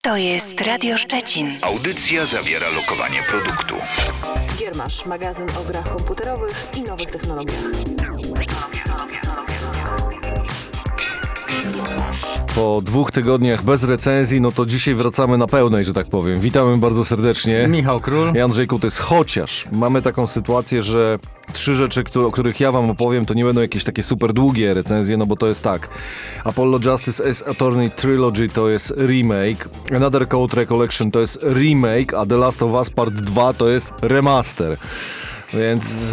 To jest Radio Szczecin. Audycja zawiera lokowanie produktu. Giermasz, magazyn o grach komputerowych i nowych technologiach. Po 2 tygodniach bez recenzji, no to dzisiaj wracamy na pełnej, że tak powiem. Witamy bardzo serdecznie. Michał Król i Andrzej Kutys. Chociaż mamy taką sytuację, że 3 rzeczy, o których ja wam opowiem, to nie będą jakieś takie super długie recenzje, no bo to jest tak. Apollo Justice Ace Attorney Trilogy to jest remake, Another Code Recollection to jest remake, a The Last of Us Part 2 to jest remaster. Więc...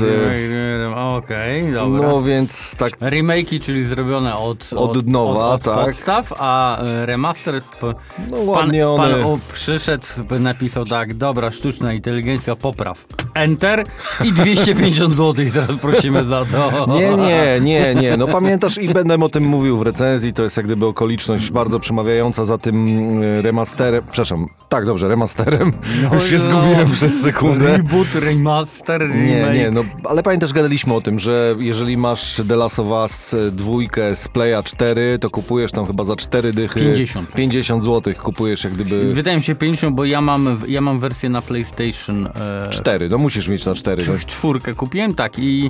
Okej, dobra. No więc tak... Remake'i, czyli zrobione od nowa, od tak. podstaw, a remaster... No ładnie pan przyszedł, napisał tak, dobra, sztuczna inteligencja, popraw. Enter i 250 zł teraz prosimy za to. Nie. No pamiętasz i będę o tym mówił w recenzji, to jest jak gdyby okoliczność bardzo przemawiająca za tym remasterem. Przepraszam, tak dobrze, remasterem. Już się zgubiłem przez sekundę. Reboot, remaster, remake. Nie, no ale pamiętasz, gadaliśmy o tym, że jeżeli masz The Last of Us 2 z Playa 4, to kupujesz tam chyba za 4 dychy. 50 zł kupujesz jak gdyby... Wydaje mi się 50, bo ja mam wersję na PlayStation 4, no musisz mieć na 4. 4 kupiłem, tak, i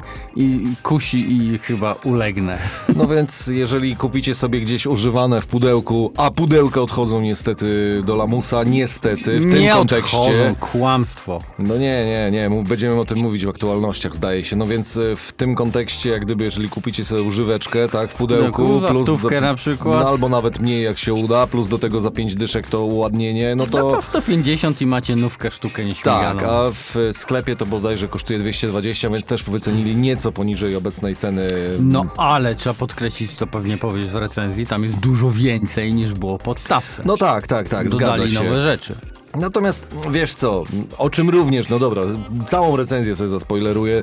kusi i chyba ulegnę. No więc jeżeli kupicie sobie gdzieś używane w pudełku, a pudełka odchodzą niestety do lamusa, niestety, w tym kontekście... Odchodzą, kłamstwo. No nie, będziemy o tym mówić w aktualnościach, zdaje się. No więc w tym kontekście, jak gdyby, jeżeli kupicie sobie używeczkę, tak, w pudełku, za plus stówkę na przykład. No, albo nawet mniej, jak się uda, plus do tego za 5 dyszek to uładnienie, no to... No to 150 i macie nówkę, sztukę nieśmiganą. Tak, a w sklepie to bodajże kosztuje 220, więc też wycenili nieco poniżej obecnej ceny. No ale trzeba podkreślić, co pewnie powiesz w recenzji, tam jest dużo więcej niż było w podstawce. No tak, Dodali zgadza się. nowe rzeczy. Natomiast wiesz co, o czym również, no dobra, całą recenzję sobie zaspoileruję.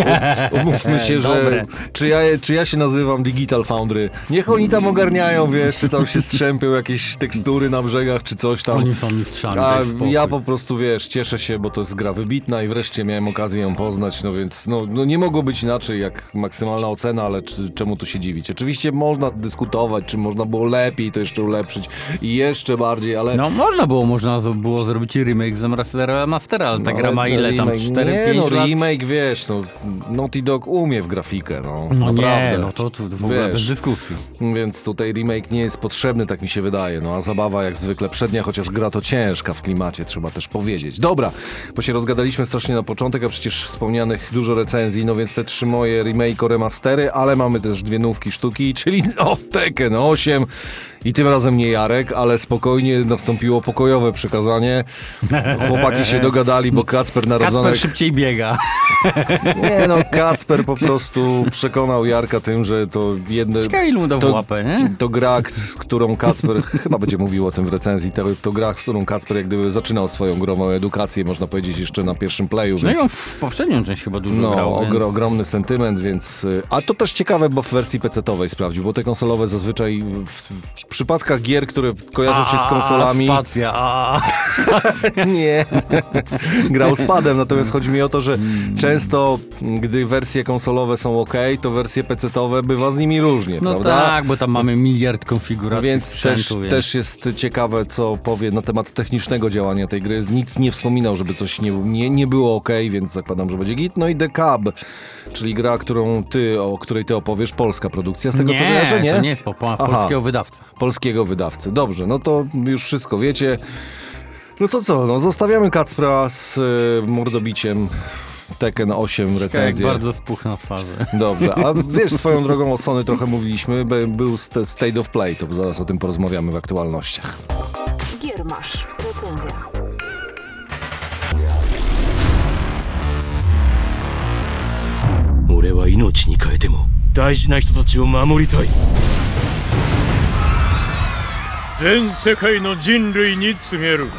Umówmy się, że czy ja się nazywam Digital Foundry, niech oni tam ogarniają, wiesz, czy tam się strzępią jakieś tekstury na brzegach, czy coś tam. Oni są mistrzami. A ja po prostu, wiesz, cieszę się, bo to jest gra wybitna i wreszcie miałem okazję ją poznać, no więc no nie mogło być inaczej jak maksymalna ocena, ale czemu tu się dziwić? Oczywiście można dyskutować, czy można było lepiej to jeszcze ulepszyć i jeszcze bardziej, ale... No można było zrobić remake zamiast remastera, ale ta gra ma ile tam? 4-5 lat? Remake, wiesz, Naughty Dog umie w grafikę, naprawdę. Nie, no to w ogóle bez dyskusji. Więc tutaj remake nie jest potrzebny, tak mi się wydaje, a zabawa jak zwykle przednia, chociaż gra to ciężka w klimacie, trzeba też powiedzieć. Dobra, bo się rozgadaliśmy strasznie na początek, a przecież wspomnianych dużo recenzji, no więc te 3 moje remake remastery, ale mamy też 2 nówki sztuki, czyli Tekken 8 i tym razem nie Jarek, ale spokojnie nastąpiło pokojowe przekazanie. Chłopaki się dogadali, bo Kacper narodzonek... Kacper szybciej biega. Nie Kacper po prostu przekonał Jarka tym, że to jedne... Ciekawe ilu mu dał w łapę, nie? To gra, z którą Kacper, chyba będzie mówił o tym w recenzji, to gra, z którą Kacper jak gdyby zaczynał swoją grową edukację, można powiedzieć, jeszcze na pierwszym playu. No i on w poprzednią część chyba dużo grał, więc... ogromny sentyment, więc... A to też ciekawe, bo w wersji PC-towej sprawdził, bo te konsolowe zazwyczaj w przypadkach gier, które kojarzą się z konsolami... Spacja. Nie, grał z padem, natomiast chodzi mi o to, że często, gdy wersje konsolowe są ok, to wersje PC-towe bywa z nimi różnie, no prawda? Tak, bo tam mamy miliard konfiguracji więc sprzętu. Też jest ciekawe, co powie na temat technicznego działania tej gry. Nic nie wspominał, żeby coś nie było ok, więc zakładam, że będzie git. No i The Cab, czyli gra, o której ty opowiesz, polska produkcja, z tego co wierzę, nie? To nie jest polskiego wydawcy. Polskiego wydawcy, dobrze, no to już wszystko wiecie. No to co, zostawiamy Kacpra z mordobiciem Tekken 8 recenzję. Jak bardzo spuch na twarzy. Dobrze, a wiesz, swoją drogą o Sony trochę mówiliśmy, był State of Play, to zaraz o tym porozmawiamy w aktualnościach. Giermasz, recenzja. 俺は命に変えても大事な人たちを守りたい。全世界の人類に告げる。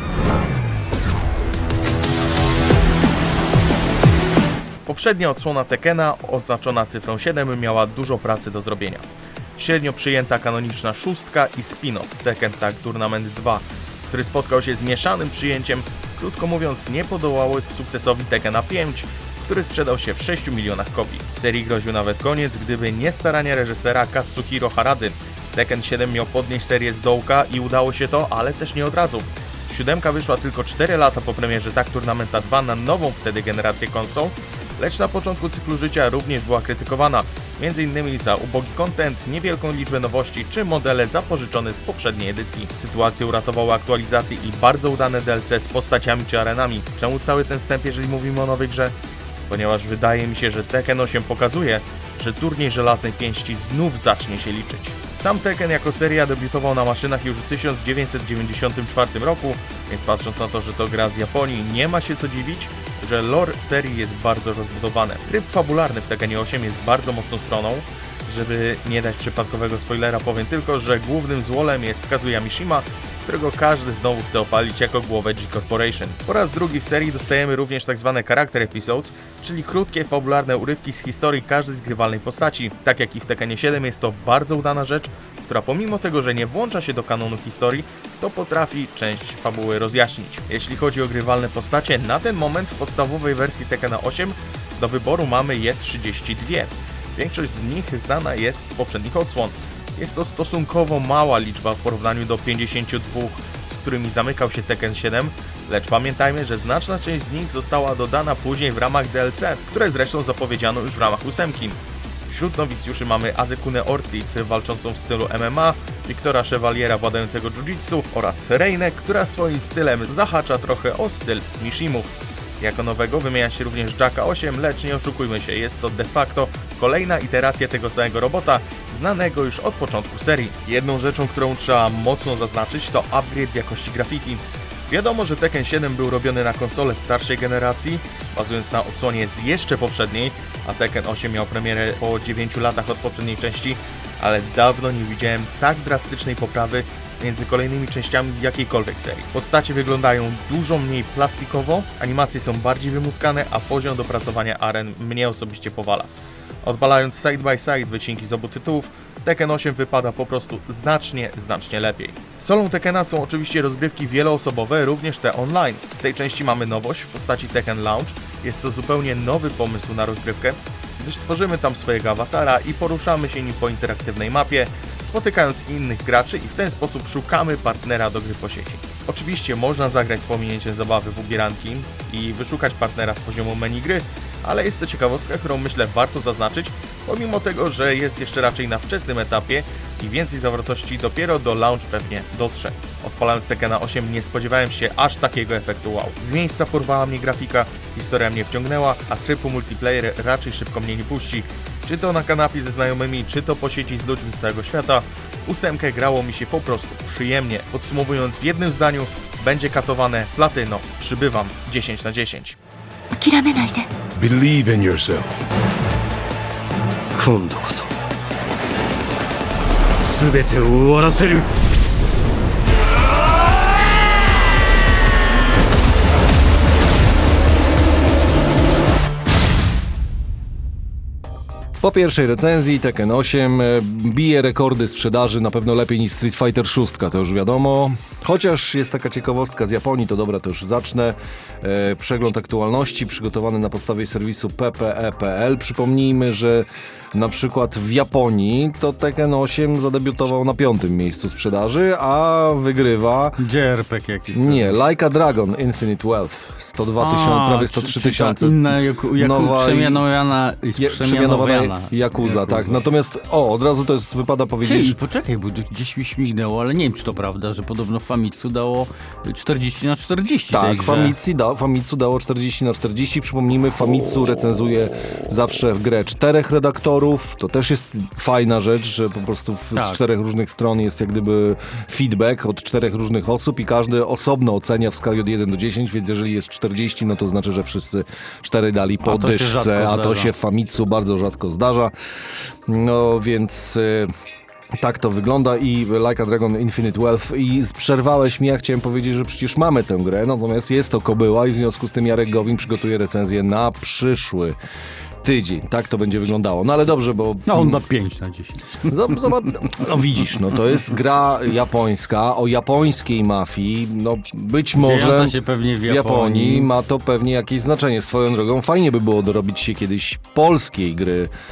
Poprzednia odsłona Tekkena, oznaczona cyfrą 7, miała dużo pracy do zrobienia. Średnio przyjęta kanoniczna 6 i spin-off Tekken Tag Tournament 2, który spotkał się z mieszanym przyjęciem, krótko mówiąc nie podołały sukcesowi Tekkena 5, który sprzedał się w 6 milionach kopii. Serii groził nawet koniec, gdyby nie starania reżysera Katsuhiro Harady. Tekken 7 miał podnieść serię z dołka i udało się to, ale też nie od razu. 7 wyszła tylko 4 lata po premierze Tak Tournamenta 2 na nową wtedy generację konsol, lecz na początku cyklu życia również była krytykowana, m.in. za ubogi content, niewielką liczbę nowości czy modele zapożyczone z poprzedniej edycji. Sytuację uratowały aktualizacje i bardzo udane DLC z postaciami czy arenami. Czemu cały ten wstęp, jeżeli mówimy o nowej grze? Ponieważ wydaje mi się, że Tekken 8 pokazuje, że turniej żelaznej pięści znów zacznie się liczyć. Sam Tekken jako seria debiutował na maszynach już w 1994 roku, więc patrząc na to, że to gra z Japonii, nie ma się co dziwić, że lore serii jest bardzo rozbudowany. Tryb fabularny w Tekkenie 8 jest bardzo mocną stroną. Żeby nie dać przypadkowego spoilera, powiem tylko, że głównym złolem jest Kazuya Mishima, którego każdy znowu chce opalić jako głowę G-Corporation. Po raz drugi w serii dostajemy również tzw. character episodes, czyli krótkie, fabularne urywki z historii każdej z grywalnej postaci. Tak jak i w Tekkenie 7 jest to bardzo udana rzecz, która pomimo tego, że nie włącza się do kanonu historii, to potrafi część fabuły rozjaśnić. Jeśli chodzi o grywalne postacie, na ten moment w podstawowej wersji Tekkena 8 do wyboru mamy je 32. Większość z nich znana jest z poprzednich odsłon. Jest to stosunkowo mała liczba w porównaniu do 52, z którymi zamykał się Tekken 7, lecz pamiętajmy, że znaczna część z nich została dodana później w ramach DLC, które zresztą zapowiedziano już w ramach 8. Wśród nowicjuszy mamy Azekunę Ortiz walczącą w stylu MMA, Wiktora Chevaliera władającego jiu-jitsu oraz Reinę, która swoim stylem zahacza trochę o styl Mishimów. Jako nowego wymienia się również Jacka 8, lecz nie oszukujmy się, jest to de facto kolejna iteracja tego samego robota, znanego już od początku serii. Jedną rzeczą, którą trzeba mocno zaznaczyć, to upgrade jakości grafiki. Wiadomo, że Tekken 7 był robiony na konsole starszej generacji, bazując na odsłonie z jeszcze poprzedniej, a Tekken 8 miał premierę po 9 latach od poprzedniej części, ale dawno nie widziałem tak drastycznej poprawy między kolejnymi częściami w jakiejkolwiek serii. Postacie wyglądają dużo mniej plastikowo, animacje są bardziej wymuskane, a poziom dopracowania aren mnie osobiście powala. Odpalając side by side wycinki z obu tytułów, Tekken 8 wypada po prostu znacznie lepiej. Solą Tekkena są oczywiście rozgrywki wieloosobowe, również te online. W tej części mamy nowość w postaci Tekken Launch. Jest to zupełnie nowy pomysł na rozgrywkę, gdyż tworzymy tam swojego awatara i poruszamy się nim po interaktywnej mapie, spotykając innych graczy i w ten sposób szukamy partnera do gry po sieci. Oczywiście można zagrać z pominięciem zabawy w ubieranki i wyszukać partnera z poziomu menu gry, ale jest to ciekawostka, którą myślę warto zaznaczyć, pomimo tego, że jest jeszcze raczej na wczesnym etapie i więcej zawartości dopiero do launch pewnie dotrze. Odpalając Tekkena 8 nie spodziewałem się aż takiego efektu wow. Z miejsca porwała mnie grafika, historia mnie wciągnęła, a trybu multiplayer raczej szybko mnie nie puści. Czy to na kanapie ze znajomymi, czy to po sieci z ludźmi z całego świata, 8 grało mi się po prostu przyjemnie. Podsumowując w jednym zdaniu, będzie katowane platyno, przybywam 10 na 10. 諦めないで Believe in yourself. 今度こそ全てを終わらせる。 Po pierwszej recenzji Tekken 8 bije rekordy sprzedaży na pewno lepiej niż Street Fighter 6, to już wiadomo. Chociaż jest taka ciekawostka z Japonii, to dobra, to już zacznę. Przegląd aktualności przygotowany na podstawie serwisu ppe.pl. Przypomnijmy, że na przykład w Japonii to Tekken 8 zadebiutował na 5. miejscu sprzedaży, a wygrywa... JRPG jakiś. Nie, Like a Dragon Infinite Wealth. 102 tysiące, prawie 103 tysiące. Inna przemianowana Yakuza, tak. Natomiast, od razu to jest, wypada powiedzieć... Hej, poczekaj, bo gdzieś mi śmignęło, ale nie wiem, czy to prawda, że podobno Famitsu dało 40 na 40 tej Tak, grze. Famitsu dało 40 na 40. Przypomnijmy, Famitsu recenzuje zawsze grę 4 redaktorów. To też jest fajna rzecz, że po prostu z 4 różnych stron jest jak gdyby feedback od 4 różnych osób i każdy osobno ocenia w skali od 1 do 10, więc jeżeli jest 40, no to znaczy, że wszyscy 4 dali po dyszce, a to się w Famitsu bardzo rzadko zdarza. No więc... Tak to wygląda i Like a Dragon Infinite Wealth i przerwałeś mi, ja chciałem powiedzieć, że przecież mamy tę grę, natomiast jest to kobyła i w związku z tym Jarek Gowin przygotuje recenzję na przyszły tydzień. Tak to będzie wyglądało. No ale dobrze, bo... No on da 5 na 10. Zobacz, no widzisz, no to jest gra japońska, o japońskiej mafii, no być może dziejąca się pewnie w Japonii ma to pewnie jakieś znaczenie. Swoją drogą fajnie by było dorobić się kiedyś polskiej gry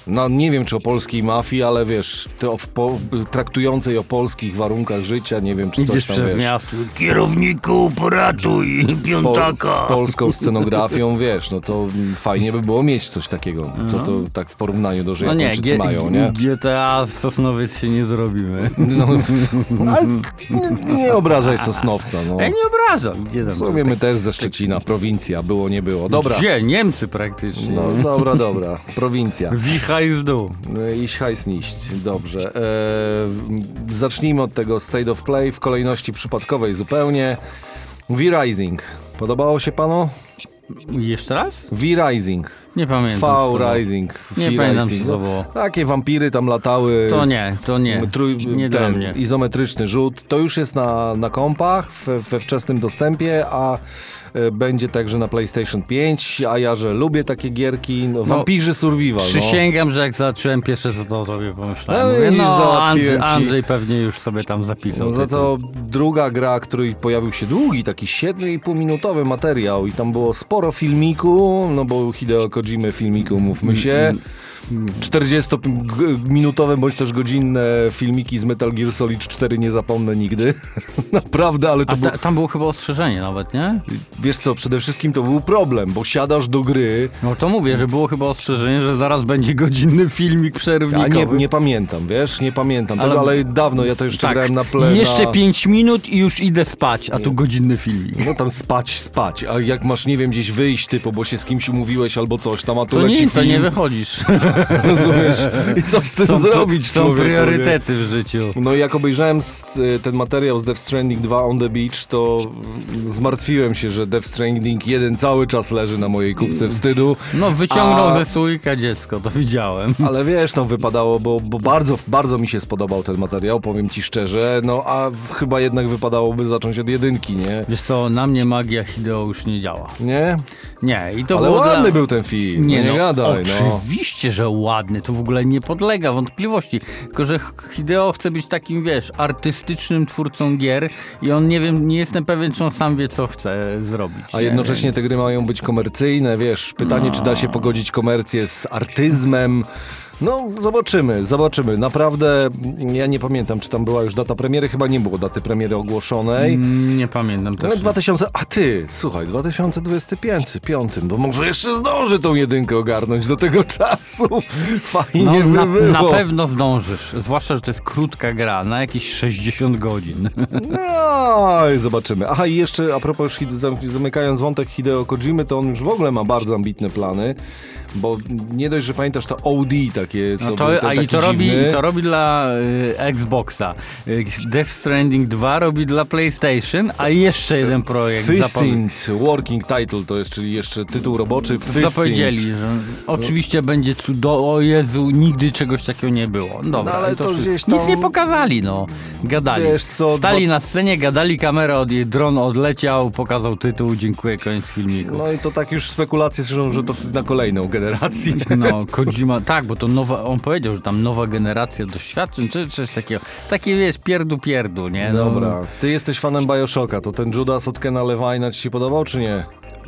No nie wiem, czy o polskiej mafii, ale wiesz, traktującej o polskich warunkach życia, nie wiem, czy Idziesz coś tam, przez wiesz. miasto. Kierowniku, poratuj, piątaka. Z polską scenografią, wiesz, no to fajnie by było mieć coś takiego, co to tak w porównaniu do, że No nie, Japończycy mają, nie? GTA w Sosnowiec się nie zrobimy. No, ale nie obrażaj Sosnowca, no. Ja nie obrażam. Gdzie tam? W sumie my też ze Szczecina, prowincja, było, nie było. Dobra. Gdzie? Niemcy praktycznie. No dobra, prowincja. Wichaj z dół. Iść hajs niść, dobrze. Zacznijmy od tego State of Play w kolejności przypadkowej zupełnie. V-Rising. Podobało się panu? Jeszcze raz? V-Rising. Nie pamiętam. V-Rising. Nie pamiętam, co to było. Takie wampiry tam latały. To nie. Nie dla mnie. Izometryczny rzut. To już jest na kompach we wczesnym dostępie, a będzie także na PlayStation 5, a ja, że lubię takie gierki. Vampirzy Survival. Przysięgam, że jak zacząłem pierwsze, to o tobie pomyślałem. No, Mówię, widzisz, załatwiłem ci. Andrzej pewnie już sobie tam zapisał. No za to druga gra, której pojawił się długi, taki 7,5-minutowy materiał i tam było sporo filmiku, no bo Hideo Kojimy filmiku, mówmy się. 40-minutowe bądź też godzinne filmiki z Metal Gear Solid 4 nie zapomnę nigdy. Naprawdę, ale to było... Tam było chyba ostrzeżenie nawet, nie? Wiesz co, przede wszystkim to był problem, bo siadasz do gry... No to mówię, że było chyba ostrzeżenie, że zaraz będzie godzinny filmik przerwnikowy. A nie pamiętam, wiesz, nie pamiętam tego, ale dawno, ja to jeszcze tak, grałem na Jeszcze 5 minut i już idę spać, a tu godzinny filmik. No tam spać, a jak masz, nie wiem, gdzieś wyjść bo się z kimś umówiłeś albo coś tam, a tu to leci nic, film. to nie wychodzisz. Rozumiesz? I coś z tym zrobić, Są człowieku, priorytety w życiu. No i jak obejrzałem ten materiał z Death Stranding 2 on the Beach, to zmartwiłem się, że Death Stranding 1 cały czas leży na mojej kubce wstydu. No wyciągnął ze słoika dziecko, to widziałem. Ale wiesz, no wypadało, bo bardzo mi się spodobał ten materiał, powiem ci szczerze, no a chyba jednak wypadałoby zacząć od jedynki, nie? Wiesz co, na mnie magia Hideo już nie działa. Nie? Nie, i to Ale było ładny był ten film, nie gadaj, no. Oczywiście, że ładny, to w ogóle nie podlega wątpliwości. Tylko, że Hideo chce być takim, wiesz, artystycznym twórcą gier i on, nie wiem, nie jestem pewien, czy on sam wie, co chce zrobić. A jednocześnie te gry mają być komercyjne, wiesz, pytanie, czy da się pogodzić komercję z artyzmem. No, zobaczymy. Naprawdę, ja nie pamiętam, czy tam była już data premiery, chyba nie było daty premiery ogłoszonej. Nie pamiętam też. Ale 2025, bo może jeszcze zdążę tą jedynkę ogarnąć do tego czasu. Fajnie by było. Na pewno zdążysz, zwłaszcza, że to jest krótka gra, na jakieś 60 godzin. No i zobaczymy. Aha, i jeszcze a propos, zamykając wątek Hideo Kojimy, to on już w ogóle ma bardzo ambitne plany, bo nie dość, że pamiętasz to OD takie, co był taki dziwny. To robi dla Xboxa. Death Stranding 2 robi dla PlayStation, a jeszcze jeden projekt Fistint, working title to jest, czyli jeszcze tytuł roboczy. Zapowiedzieli, że oczywiście będzie o Jezu, nigdy czegoś takiego nie było. Dobra, no, ale to gdzieś tam... Nic nie pokazali, no. Gadali. Wiesz co, Stali na scenie, gadali, kamera dron odleciał, pokazał tytuł, dziękuję, koniec filmiku. No i to tak już spekulacje są, że to na kolejną generację. No, Kojima, tak, bo to nowa, on powiedział, że tam nowa generacja doświadczeń, czy coś takiego. Takie, wiesz, pierdu, nie? No. Dobra. Ty jesteś fanem BioShocka, to ten Judas od Kena Levine'a ci się podobał, czy nie?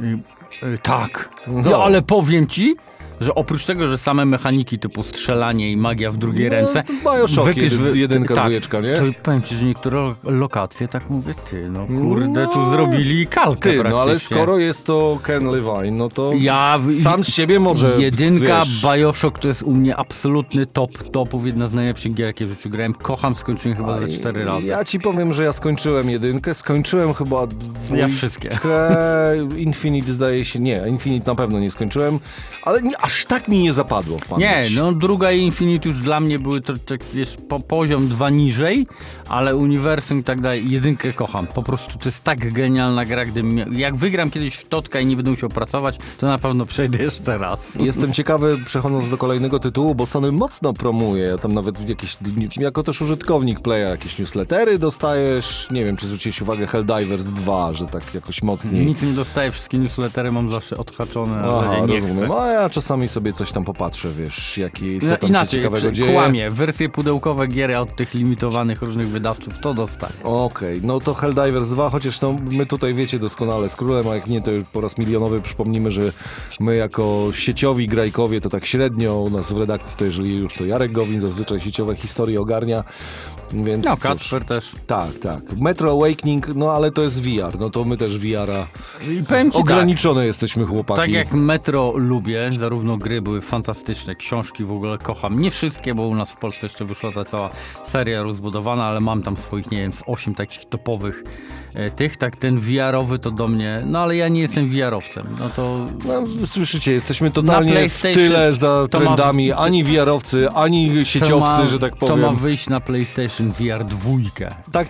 Tak. No. Ale powiem ci, że oprócz tego, że same mechaniki typu strzelanie i magia w drugiej ręce... BioShock, jedynka, tak, dwójeczka, nie? To powiem ci, że niektóre lokacje, tak mówię, kurde, tu zrobili kalkę praktycznie. No ale skoro jest to Ken Levine, no to sam z siebie może... Jedynka, BioShock to jest u mnie absolutny topów, jedna z najlepszych gier, jakie w życiu grałem. Kocham, skończyłem chyba ze 4 razy. Ja ci powiem, że ja skończyłem jedynkę, skończyłem chyba... Ja wszystkie. Infinite zdaje się, nie, Infinite na pewno nie skończyłem, ale aż tak mi nie zapadło w pamięć. Nie, no druga i Infinite już dla mnie były to wiesz, poziom 2 niżej, ale uniwersum i tak dalej, jedynkę kocham. Po prostu to jest tak genialna gra, jak wygram kiedyś w Totka i nie będę musiał pracować, to na pewno przejdę jeszcze raz. Jestem ciekawy, przechodząc do kolejnego tytułu, bo Sony mocno promuje, ja tam nawet jakieś, jako też użytkownik Playa, jakieś newslettery dostajesz, nie wiem, czy zwróciłeś uwagę Helldivers 2, że tak jakoś mocniej. Nic nie dostaję, wszystkie newslettery mam zawsze odhaczone, ale nie rozumiem. chcę. A ja czasami czasami sobie coś tam popatrzę, wiesz, co tam się Inaczej, ciekawego dzieje. kłamie. Wersje pudełkowe gier od tych limitowanych różnych wydawców to dostaję. Okej, no to Helldivers 2, chociaż no, my tutaj wiecie doskonale z Królem, a jak nie, to po raz milionowy przypomnimy, że my jako sieciowi grajkowie to tak średnio, u nas w redakcji to jeżeli już to Jarek Gowin zazwyczaj sieciowe historie ogarnia, więc No, cóż, Kacper też. Tak. Metro Awakening, no ale to jest VR, no to my też VR-a I powiem ci ograniczone jesteśmy chłopaki. tak jak Metro lubię, zarówno gry były fantastyczne, książki w ogóle kocham. Nie wszystkie, bo u nas w Polsce jeszcze wyszła ta cała seria rozbudowana, ale mam tam swoich, nie wiem, z 8 takich topowych tak ten VR-owy to do mnie, no ale ja nie jestem VR-owcem, no to... No, słyszycie, jesteśmy totalnie w PlayStation tyle za to ma- trendami, ani VR-owcy, ani sieciowcy, że tak powiem. To ma wyjść na PlayStation VR 2. Tak.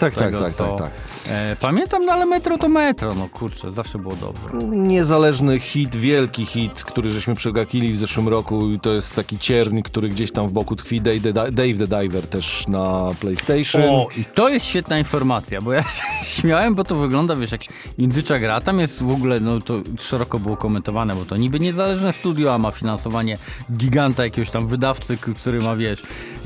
Pamiętam, no ale Metro to Metro, no kurczę, zawsze było dobre. Niezależny hit, wielki hit, który żeśmy przegapili w zeszłym roku i to jest taki cierń, który gdzieś tam w boku tkwi, Dave the Diver też na PlayStation. O, i to jest świetna informacja, bo ja się śmiałem, bo to wygląda, wiesz, jak indycza gra, tam jest w ogóle, no to szeroko było komentowane, bo to niby niezależne studio, a ma finansowanie giganta jakiegoś tam wydawcy, który ma, wiesz,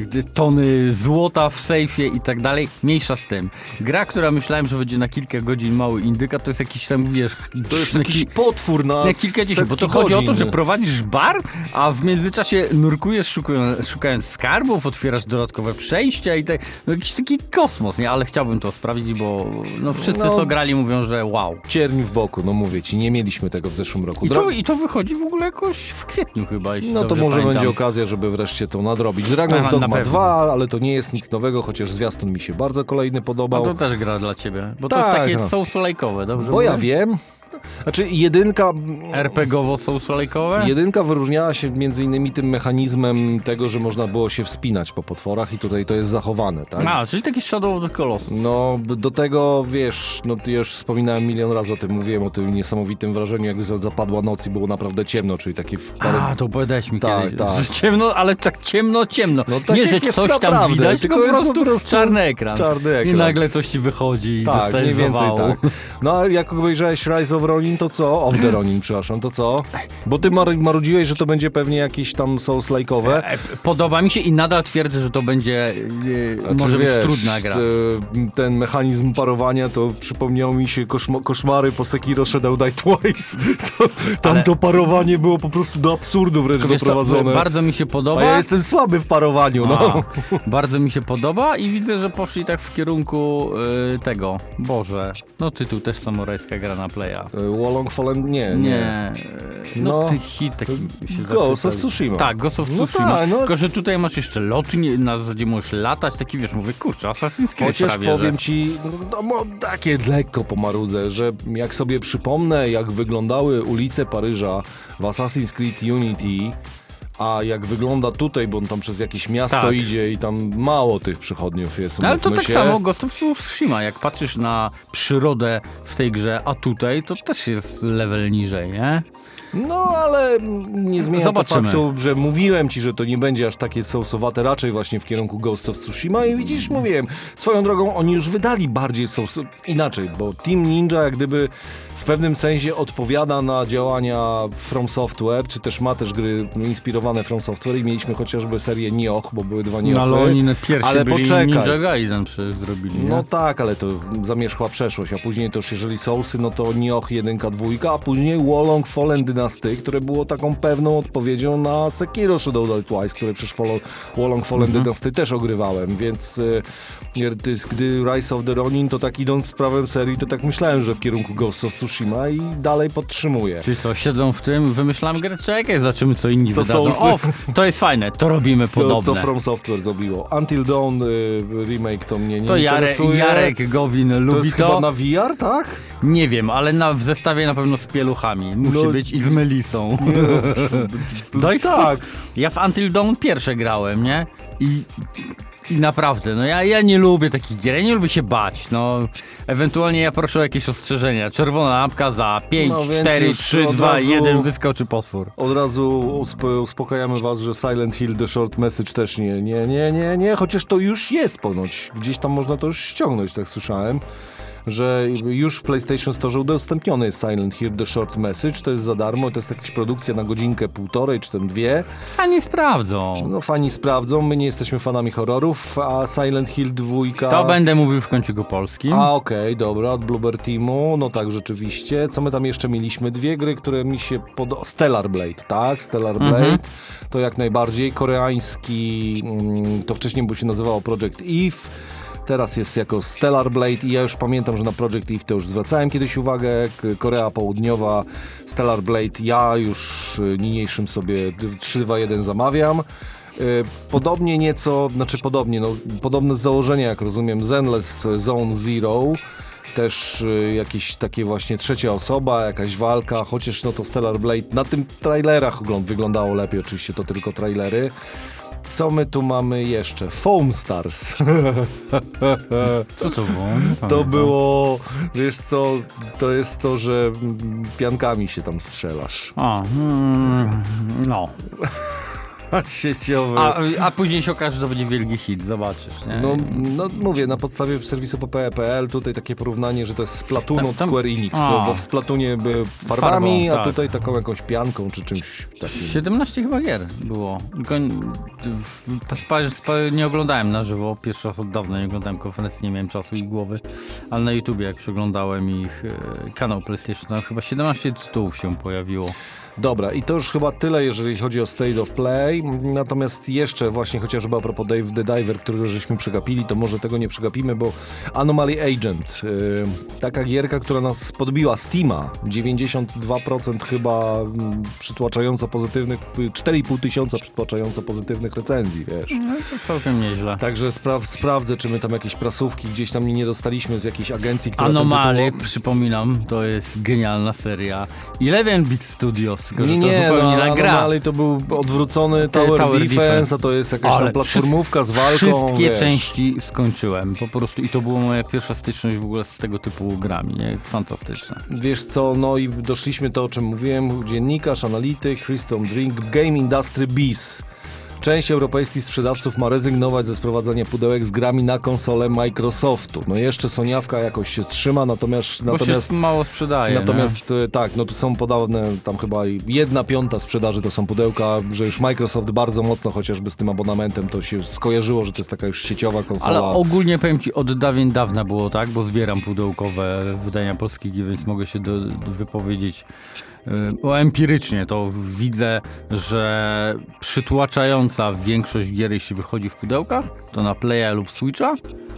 tony złota w sejfie i tak dalej, mniejsza z tym. Gra, która myślałem, że będzie na kilka godzin mały indyka, to jest jakiś tam, wiesz... To jest jakiś potwór na kilkadziesiąt, bo to chodzi o to, że prowadzisz bar, a w międzyczasie nurkujesz szukając skarbów, otwierasz dodatkowe przejścia i tak, no jakiś taki kosmos, nie? Ale chciałbym to sprawdzić, bo no wszyscy co grali mówią, że wow. Cierń w boku, no mówię ci, nie mieliśmy tego w zeszłym roku. I to wychodzi w ogóle jakoś w kwietniu chyba, jeśli No to dobrze może pamiętam. będzie okazja, żeby wreszcie to nadrobić. Dragon's Na Dogma pewno. 2, ale to nie jest nic nowego, chociaż zwiastun mi się bardzo kolejny podobał. No to też gra dla ciebie, bo to Tak, jest takie no. soulslike'owe, dobrze Bo ja mówię? wiem. Znaczy jedynka... RPG-owo soulslike'owe? Jedynka wyróżniała się między innymi tym mechanizmem tego, że można było się wspinać po potworach i tutaj to jest zachowane, tak? A, czyli taki Shadow of the Colossus. No, do tego, wiesz, no ja już wspominałem milion razy o tym, mówiłem o tym niesamowitym wrażeniu, jak zapadła noc i było naprawdę ciemno, czyli takie w parę... A, to opowiadałeś mi Tak, kiedyś, tak. że ciemno, ale tak ciemno. No tak nie, jak że jest coś tam naprawdę, widać, tylko po prostu czarny ekran. czarny I ekran. nagle coś ci wychodzi i Tak, dostajesz mniej więcej zawału. tak. No a jak obejrzałeś Rise of Ronin, to co? Of the Ronin, przepraszam, to co? Bo ty marudziłeś, że to będzie pewnie jakieś tam Souls-like'owe. Podoba mi się i nadal twierdzę, że to będzie może być trudna gra. Ten mechanizm parowania to przypomniało mi się koszmary po Sekiro Shadow Die Twice. Tam to parowanie było po prostu do absurdu wręcz Wiesz co, doprowadzone. bardzo mi się podoba. A ja jestem słaby w parowaniu, no. Bardzo mi się podoba i widzę, że poszli tak w kierunku tego. Boże, no tytuł też samurajska gra na Playa. Wolong Fallen, nie. No ty hit taki się Ghost of Tsushima. Tak, Ghost of No Tsushima. tak, no. Tylko, że tutaj masz jeszcze lotnie, na zasadzie możesz latać, taki wiesz, mówię, kurczę, Assassin's Creed Chociaż prawie, powiem że... ci, no, takie lekko pomarudzę, że jak sobie przypomnę, jak wyglądały ulice Paryża w Assassin's Creed Unity, a jak wygląda tutaj, bo on tam przez jakieś miasto Tak. idzie i tam mało tych przychodniów jest. No, ale to umówmy tak się. samo Ghost of Tsushima, jak patrzysz na przyrodę w tej grze, a tutaj to też jest level niżej, nie? No, ale nie zmienia Zobaczymy. to faktu, że mówiłem ci, że to nie będzie aż takie sousowate, raczej właśnie w kierunku Ghost of Tsushima i widzisz, mówiłem, swoją drogą oni już wydali bardziej inaczej, bo Team Ninja jak gdyby w pewnym sensie odpowiada na działania From Software, czy też ma też gry inspirowane From Software i mieliśmy chociażby serię Nioh, bo były dwa Niochy. No, ale oni pierwsi ale byli poczekaj. Ninja Gaiden przecież zrobili, nie? No tak, ale to zamierzchła przeszłość, a później to już jeżeli Soulsy, no to Nioh 1, 2, a później Wolong Fallen Dynasty, które było taką pewną odpowiedzią na Sekiro Shadow Die Twice, które przecież Wolong Fallen Dynasty też ogrywałem, więc gdy Rise of the Ronin, to tak idąc z prawem serii, to tak myślałem, że w kierunku Ghost of Tsushima i dalej podtrzymuję. Czyli co, siedzą w tym, wymyślam grę, czekaj, zobaczymy co inni Co wydadzą. Soulsy? O, to jest fajne, to robimy podobne. Co From Software zrobiło. Until Dawn remake to mnie nie To interesuje. Jarek Gowin to lubi jest to. chyba na VR, tak? Nie wiem, ale w zestawie na pewno z pieluchami. Musi No, być i z Melisą. Daj tak. Ja w Until Dawn pierwsze grałem, nie? I naprawdę, no ja nie lubię takich gier, ja nie lubię się bać, no. Ewentualnie ja proszę o jakieś ostrzeżenia. Czerwona lampka za 5, No więc 4, już 3, od 2, razu- 1 wyskoczy potwór. Od razu uspokajamy was, że Silent Hill The Short Message też nie, chociaż to już jest ponoć. Gdzieś tam można to już ściągnąć, tak słyszałem. że już w PlayStation Store udostępniony jest Silent Hill The Short Message, to jest za darmo, to jest jakaś produkcja na godzinkę, półtorej czy tam 2. Fani sprawdzą. No fani sprawdzą, my nie jesteśmy fanami horrorów, a Silent Hill 2... To będę mówił w kąciku polskim. A okej, dobra, od Bloober Teamu, no tak, rzeczywiście. Co my tam jeszcze mieliśmy? 2 gry, które mi się podobały. Stellar Blade, tak? Stellar Blade, to jak najbardziej. Koreański, to wcześniej by się nazywało Project Eve. Teraz jest jako Stellar Blade i ja już pamiętam, że na Project Eve to już zwracałem kiedyś uwagę. Korea Południowa, Stellar Blade, ja już niniejszym sobie 3-2-1 zamawiam. Podobnie nieco, podobne założenie, jak rozumiem, Zenless Zone Zero. Też jakieś takie właśnie trzecia osoba, jakaś walka, chociaż no to Stellar Blade na tym trailerach wyglądało lepiej, oczywiście to tylko trailery. Co my tu mamy jeszcze? Foam Stars. Co to było? To było, wiesz co, to jest to, że piankami się tam strzelasz. No. Sieciowy. A później się okaże, że to będzie wielki hit, zobaczysz, nie? No mówię, na podstawie serwisu PPE.pl tutaj takie porównanie, że to jest Splatoon od Square Enix, bo w Splatoonie by farbami, Farbą, a tutaj taką jakąś pianką czy czymś takim. 17 chyba gier było. Tylko nie oglądałem na żywo, pierwszy raz od dawna nie oglądałem konferencji, nie miałem czasu i głowy, ale na YouTubie jak przeglądałem ich kanał PlayStation, tam chyba 17 tytułów się pojawiło. Dobra, i to już chyba tyle, jeżeli chodzi o State of Play. Natomiast jeszcze właśnie chociażby a propos Dave the Diver, którego żeśmy przegapili, to może tego nie przegapimy, bo Anomaly Agent, taka gierka, która nas podbiła, Steama, 92% chyba przytłaczająco pozytywnych, 4,5 tysiąca przytłaczająco pozytywnych recenzji, wiesz. No to całkiem nieźle. Także sprawdzę, czy my tam jakieś prasówki gdzieś tam nie dostaliśmy z jakiejś agencji, która... Anomaly, przypominam, to jest genialna seria. 11-bit Studios. Tylko, nie, to zupełnie inna gra. Ale to był odwrócony Tower Defense, a to jest jakaś tam platformówka z walką. Wszystkie wiesz. części skończyłem po prostu i to była moja pierwsza styczność w ogóle z tego typu grami, nie? Fantastyczne. Wiesz co, no i doszliśmy to, o czym mówiłem, dziennikarz, analityk, Christom Drink, Game Industry Biz. Część europejskich sprzedawców ma rezygnować ze sprowadzania pudełek z grami na konsolę Microsoftu. No jeszcze Soniawka jakoś się trzyma, natomiast się mało sprzedaje. Natomiast tak, no tu są podane tam chyba 1/5 sprzedaży to są pudełka, że już Microsoft bardzo mocno chociażby z tym abonamentem to się skojarzyło, że to jest taka już sieciowa konsola. Ale ogólnie powiem ci, od dawien dawna było tak, bo zbieram pudełkowe wydania polskich, więc mogę się wypowiedzieć. Empirycznie to widzę, że przytłaczająca większość gier, jeśli wychodzi w pudełkach, to na Playa lub Switcha,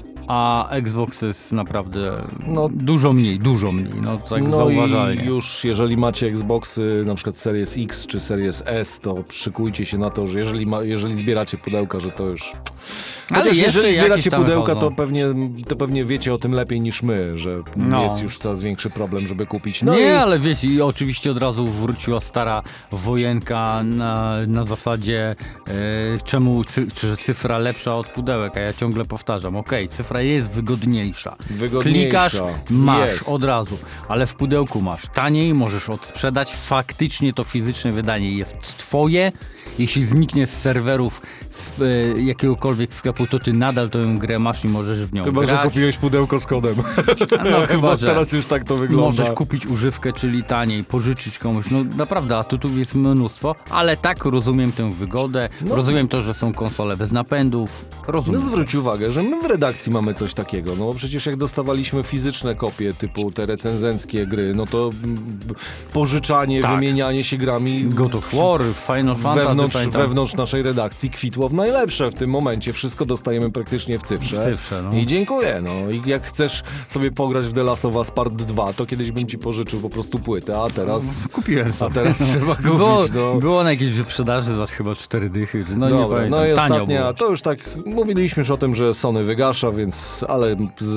a Xbox jest naprawdę dużo mniej, no tak zauważalnie. I już jeżeli macie Xboxy, na przykład Series X czy Series S, to szykujcie się na to, że jeżeli zbieracie pudełka, że to już... Chociaż jeżeli zbieracie pudełka, to pewnie wiecie o tym lepiej niż my, że jest już coraz większy problem, żeby kupić. Ale wiesz, i oczywiście od razu wróciła stara wojenka na zasadzie czemu cyfra lepsza od pudełek, a ja ciągle powtarzam, cyfra jest wygodniejsza. Klikasz, masz od razu, ale w pudełku masz taniej, możesz odsprzedać, faktycznie to fizyczne wydanie jest twoje. Jeśli zniknie z serwerów z jakiegokolwiek sklepu, to ty nadal tę grę masz i możesz w nią grać. Chyba, że kupiłeś pudełko z kodem. No chyba, że teraz już tak to wygląda. Możesz kupić używkę, czyli taniej, pożyczyć komuś. No naprawdę, a tytułów jest mnóstwo, ale tak rozumiem tę wygodę, rozumiem to, że są konsole bez napędów, rozumiem. No zwróć uwagę, że my w redakcji mamy coś takiego, no bo przecież jak dostawaliśmy fizyczne kopie typu te recenzenckie gry, no to pożyczanie, wymienianie się grami God of War, Final Fantasy wewnątrz naszej redakcji kwitło w najlepsze w tym momencie. Wszystko dostajemy praktycznie w cyfrze. I dziękuję. No. I jak chcesz sobie pograć w The Last of Us Part 2, to kiedyś bym ci pożyczył po prostu płytę, a teraz... Kupiłem sobie. A teraz trzeba kupić. Było na jakiejś wyprzedaży za chyba 4 dychy. Dobra, nie pamiętam. No i ostatnia, to już tak, mówiliśmy już o tym, że Sony wygasza, więc, ale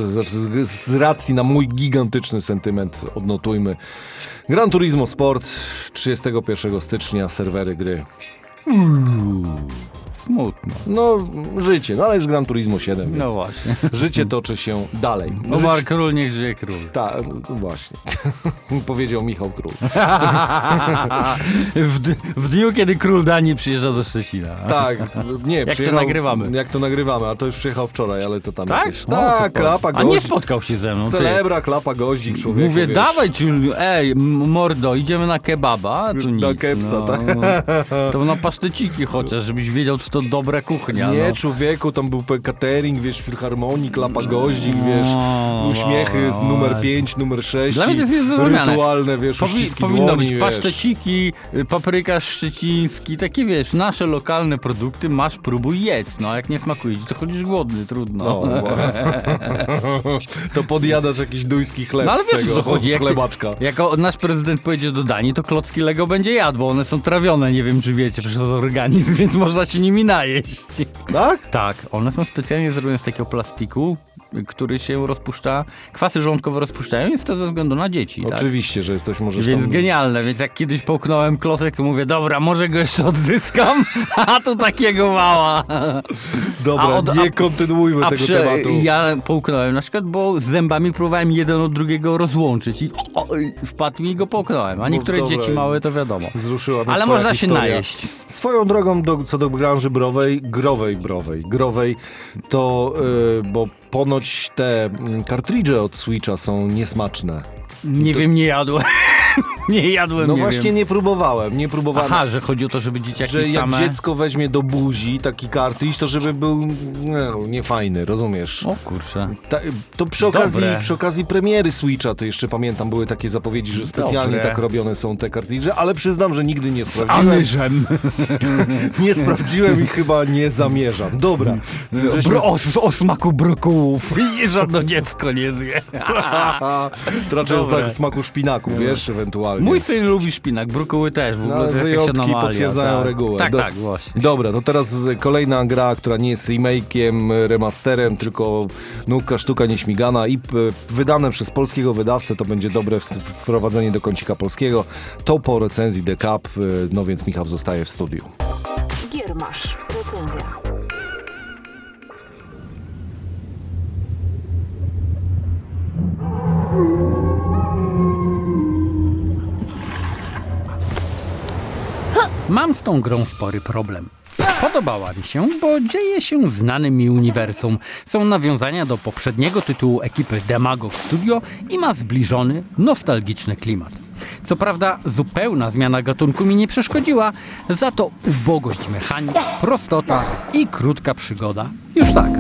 z racji na mój gigantyczny sentyment odnotujmy. Gran Turismo Sport 31 stycznia, serwery gry. Smutno. No, życie, no ale jest Gran Turismo 7, więc No właśnie. życie toczy się dalej. Umarł król, niech żyje król. Tak, właśnie. Powiedział Michał Król. w dniu, kiedy król Danii przyjeżdża do Szczecina. Tak, nie, Jak to przyjechał, nagrywamy. Jak to nagrywamy, a to już przyjechał wczoraj, ale to tam Tak? jakieś... No, Tak, to klapa, A nie gość, spotkał się ze mną, ty. celebra, klapa, goździk, człowieku, Mówię, wiesz. dawaj Ciuliu, mordo, idziemy na kebaba, a tu nic. Na kepsa, tak. To na paszteciki chociaż, żebyś wiedział, co to dobra kuchnia. Nie, no. człowieku, tam był catering, wiesz, filharmonii, klapa, goździk, wiesz, uśmiechy z numer 5, numer 6, Dla mnie to jest niezrozumiane. rytualne, wiesz, uściski Powinno dłoni, być wiesz. paszteciki, paprykarz szczeciński, takie wiesz, nasze lokalne produkty, masz, próbuj jedz, no a jak nie smakuje ci, to chodzisz głodny, trudno. No, to podjadasz jakiś duński chleb No ale z wiesz, tego, o co chodzi, z jak chlebaczka. nasz prezydent pojedzie do Danii, to klocki Lego będzie jadł, bo one są trawione, nie wiem czy wiecie, przez organizm, więc można się nimi najeść. Tak? Tak, one są specjalnie zrobione z takiego plastiku, który się rozpuszcza, kwasy żołądkowe rozpuszczają, jest to ze względu na dzieci, tak? Oczywiście, że coś możesz Więc tam... genialne, więc jak kiedyś połknąłem klocek, mówię, dobra, może go jeszcze odzyskam, a tu takiego mała. Dobra, nie kontynuujmy tego tematu. Ja połknąłem na przykład, bo z zębami próbowałem jeden od drugiego rozłączyć i wpadł mi i go połknąłem, a niektóre dobra, dzieci małe to wiadomo. Wzruszyła mnie Ale twoja można się historia. najeść. Swoją drogą co do branży growej, to bo ponoć te kartridże od Switcha są niesmaczne. Nie wiem, nie jadłem. Nie jadłem, No nie właśnie wiem. nie próbowałem. Aha, że chodzi o to, żeby dzieciaki że jak same... dziecko weźmie do buzi taki kartridż, to żeby był niefajny, rozumiesz? O kurczę. To przy okazji premiery Switcha, to jeszcze pamiętam, były takie zapowiedzi, że specjalnie Dobre. tak robione są te kartridże, ale przyznam, że nigdy nie sprawdziłem. Anyżem. Nie sprawdziłem i chyba nie zamierzam. Dobra. O smaku brokułów. I żadne dziecko nie zje. To raczej o Dobre. smaku szpinaku, wiesz, ewentualnie. Mój syn lubi szpinak, brokuły też. W ogóle No, to jakaś wyjątki anomalia, potwierdzają tak. regułę. Tak, właśnie. Dobra, to teraz kolejna gra, która nie jest remake'iem, remasterem, tylko nówka, sztuka nieśmigana i wydane przez polskiego wydawcę, to będzie dobre wprowadzenie do kącika polskiego. To po recenzji The Cup, no więc Michał zostaje w studiu. Giermasz. Recenzja. Mam z tą grą spory problem. Podobała mi się, bo dzieje się w znanym mi uniwersum. Są nawiązania do poprzedniego tytułu ekipy Demagog Studio i ma zbliżony, nostalgiczny klimat. Co prawda zupełna zmiana gatunku mi nie przeszkodziła, za to ubogość mechanik, prostota i krótka przygoda już tak.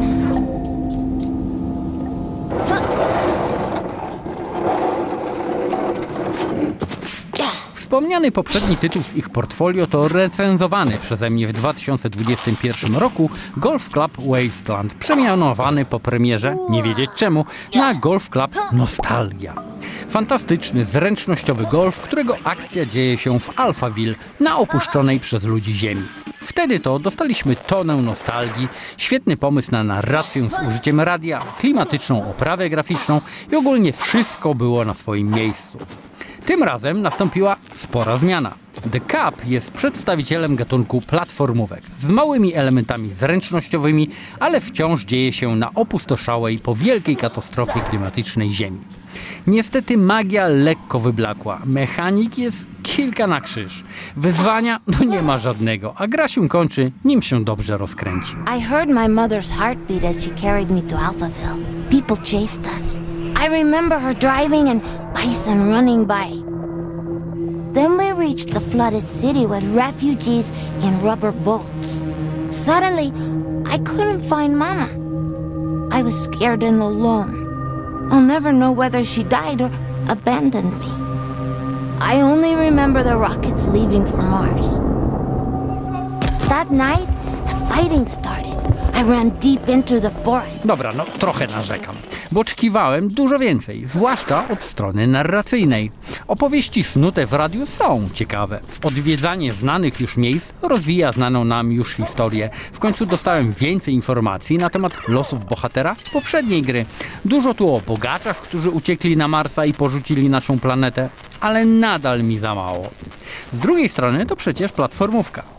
Wspomniany poprzedni tytuł z ich portfolio to recenzowany przeze mnie w 2021 roku Golf Club Wasteland, przemianowany po premierze, nie wiedzieć czemu, na Golf Club Nostalgia. Fantastyczny, zręcznościowy golf, którego akcja dzieje się w Alphaville, na opuszczonej przez ludzi ziemi. Wtedy to dostaliśmy tonę nostalgii, świetny pomysł na narrację z użyciem radia, klimatyczną oprawę graficzną i ogólnie wszystko było na swoim miejscu. Tym razem nastąpiła spora zmiana. The Cup jest przedstawicielem gatunku platformówek z małymi elementami zręcznościowymi, ale wciąż dzieje się na opustoszałej po wielkiej katastrofie klimatycznej Ziemi. Niestety magia lekko wyblakła, mechanik jest kilka na krzyż. Wyzwania nie ma żadnego, a gra się kończy, nim się dobrze rozkręci. I heard my mother's heartbeat as she carried me to Alphaville. People chased us. I remember her driving and bison running by. Then we reached the flooded city with refugees in rubber boats. Suddenly, I couldn't find Mama. I was scared and alone. I'll never know whether she died or abandoned me. I only remember the rockets leaving for Mars. That night, the fighting started. I ran deep into the forest. Dobra, trochę narzekam, bo oczekiwałem dużo więcej, zwłaszcza od strony narracyjnej. Opowieści snute w radiu są ciekawe. Odwiedzanie znanych już miejsc rozwija znaną nam już historię. W końcu dostałem więcej informacji na temat losów bohatera poprzedniej gry. Dużo tu o bogaczach, którzy uciekli na Marsa i porzucili naszą planetę, ale nadal mi za mało. Z drugiej strony to przecież platformówka.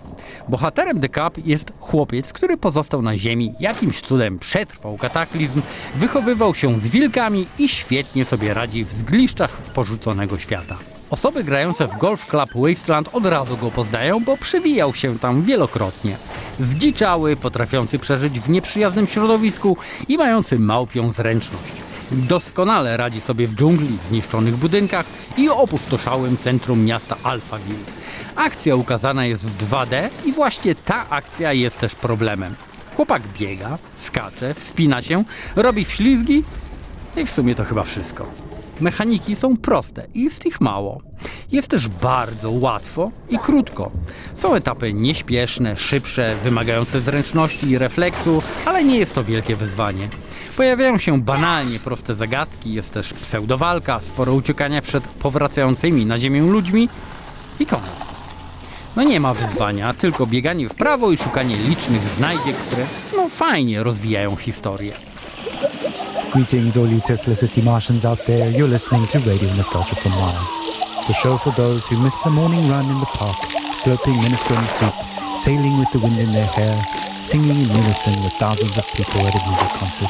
Bohaterem The Cup jest chłopiec, który pozostał na ziemi, jakimś cudem przetrwał kataklizm, wychowywał się z wilkami i świetnie sobie radzi w zgliszczach porzuconego świata. Osoby grające w Golf Club Wasteland od razu go poznają, bo przewijał się tam wielokrotnie. Zdziczały, potrafiący przeżyć w nieprzyjaznym środowisku i mający małpią zręczność. Doskonale radzi sobie w dżungli, zniszczonych budynkach i opustoszałym centrum miasta Alphaville. Akcja ukazana jest w 2D i właśnie ta akcja jest też problemem. Chłopak biega, skacze, wspina się, robi wślizgi i w sumie to chyba wszystko. Mechaniki są proste i jest ich mało. Jest też bardzo łatwo i krótko. Są etapy nieśpieszne, szybsze, wymagające zręczności i refleksu, ale nie jest to wielkie wyzwanie. Pojawiają się banalnie proste zagadki, jest też pseudowalka, sporo uciekania przed powracającymi na ziemię ludźmi i koniec. No nie ma wyzwania, tylko bieganie w prawo i szukanie licznych znajdziek, które fajnie rozwijają historię. Greetings all you Tesla City Martians out there, you're listening to Radio Nostalgia from Mars. The show for those who miss a morning run in the park, slurping minestrone soup, sailing with the wind in their hair, singing in unison with thousands of people at a music concert.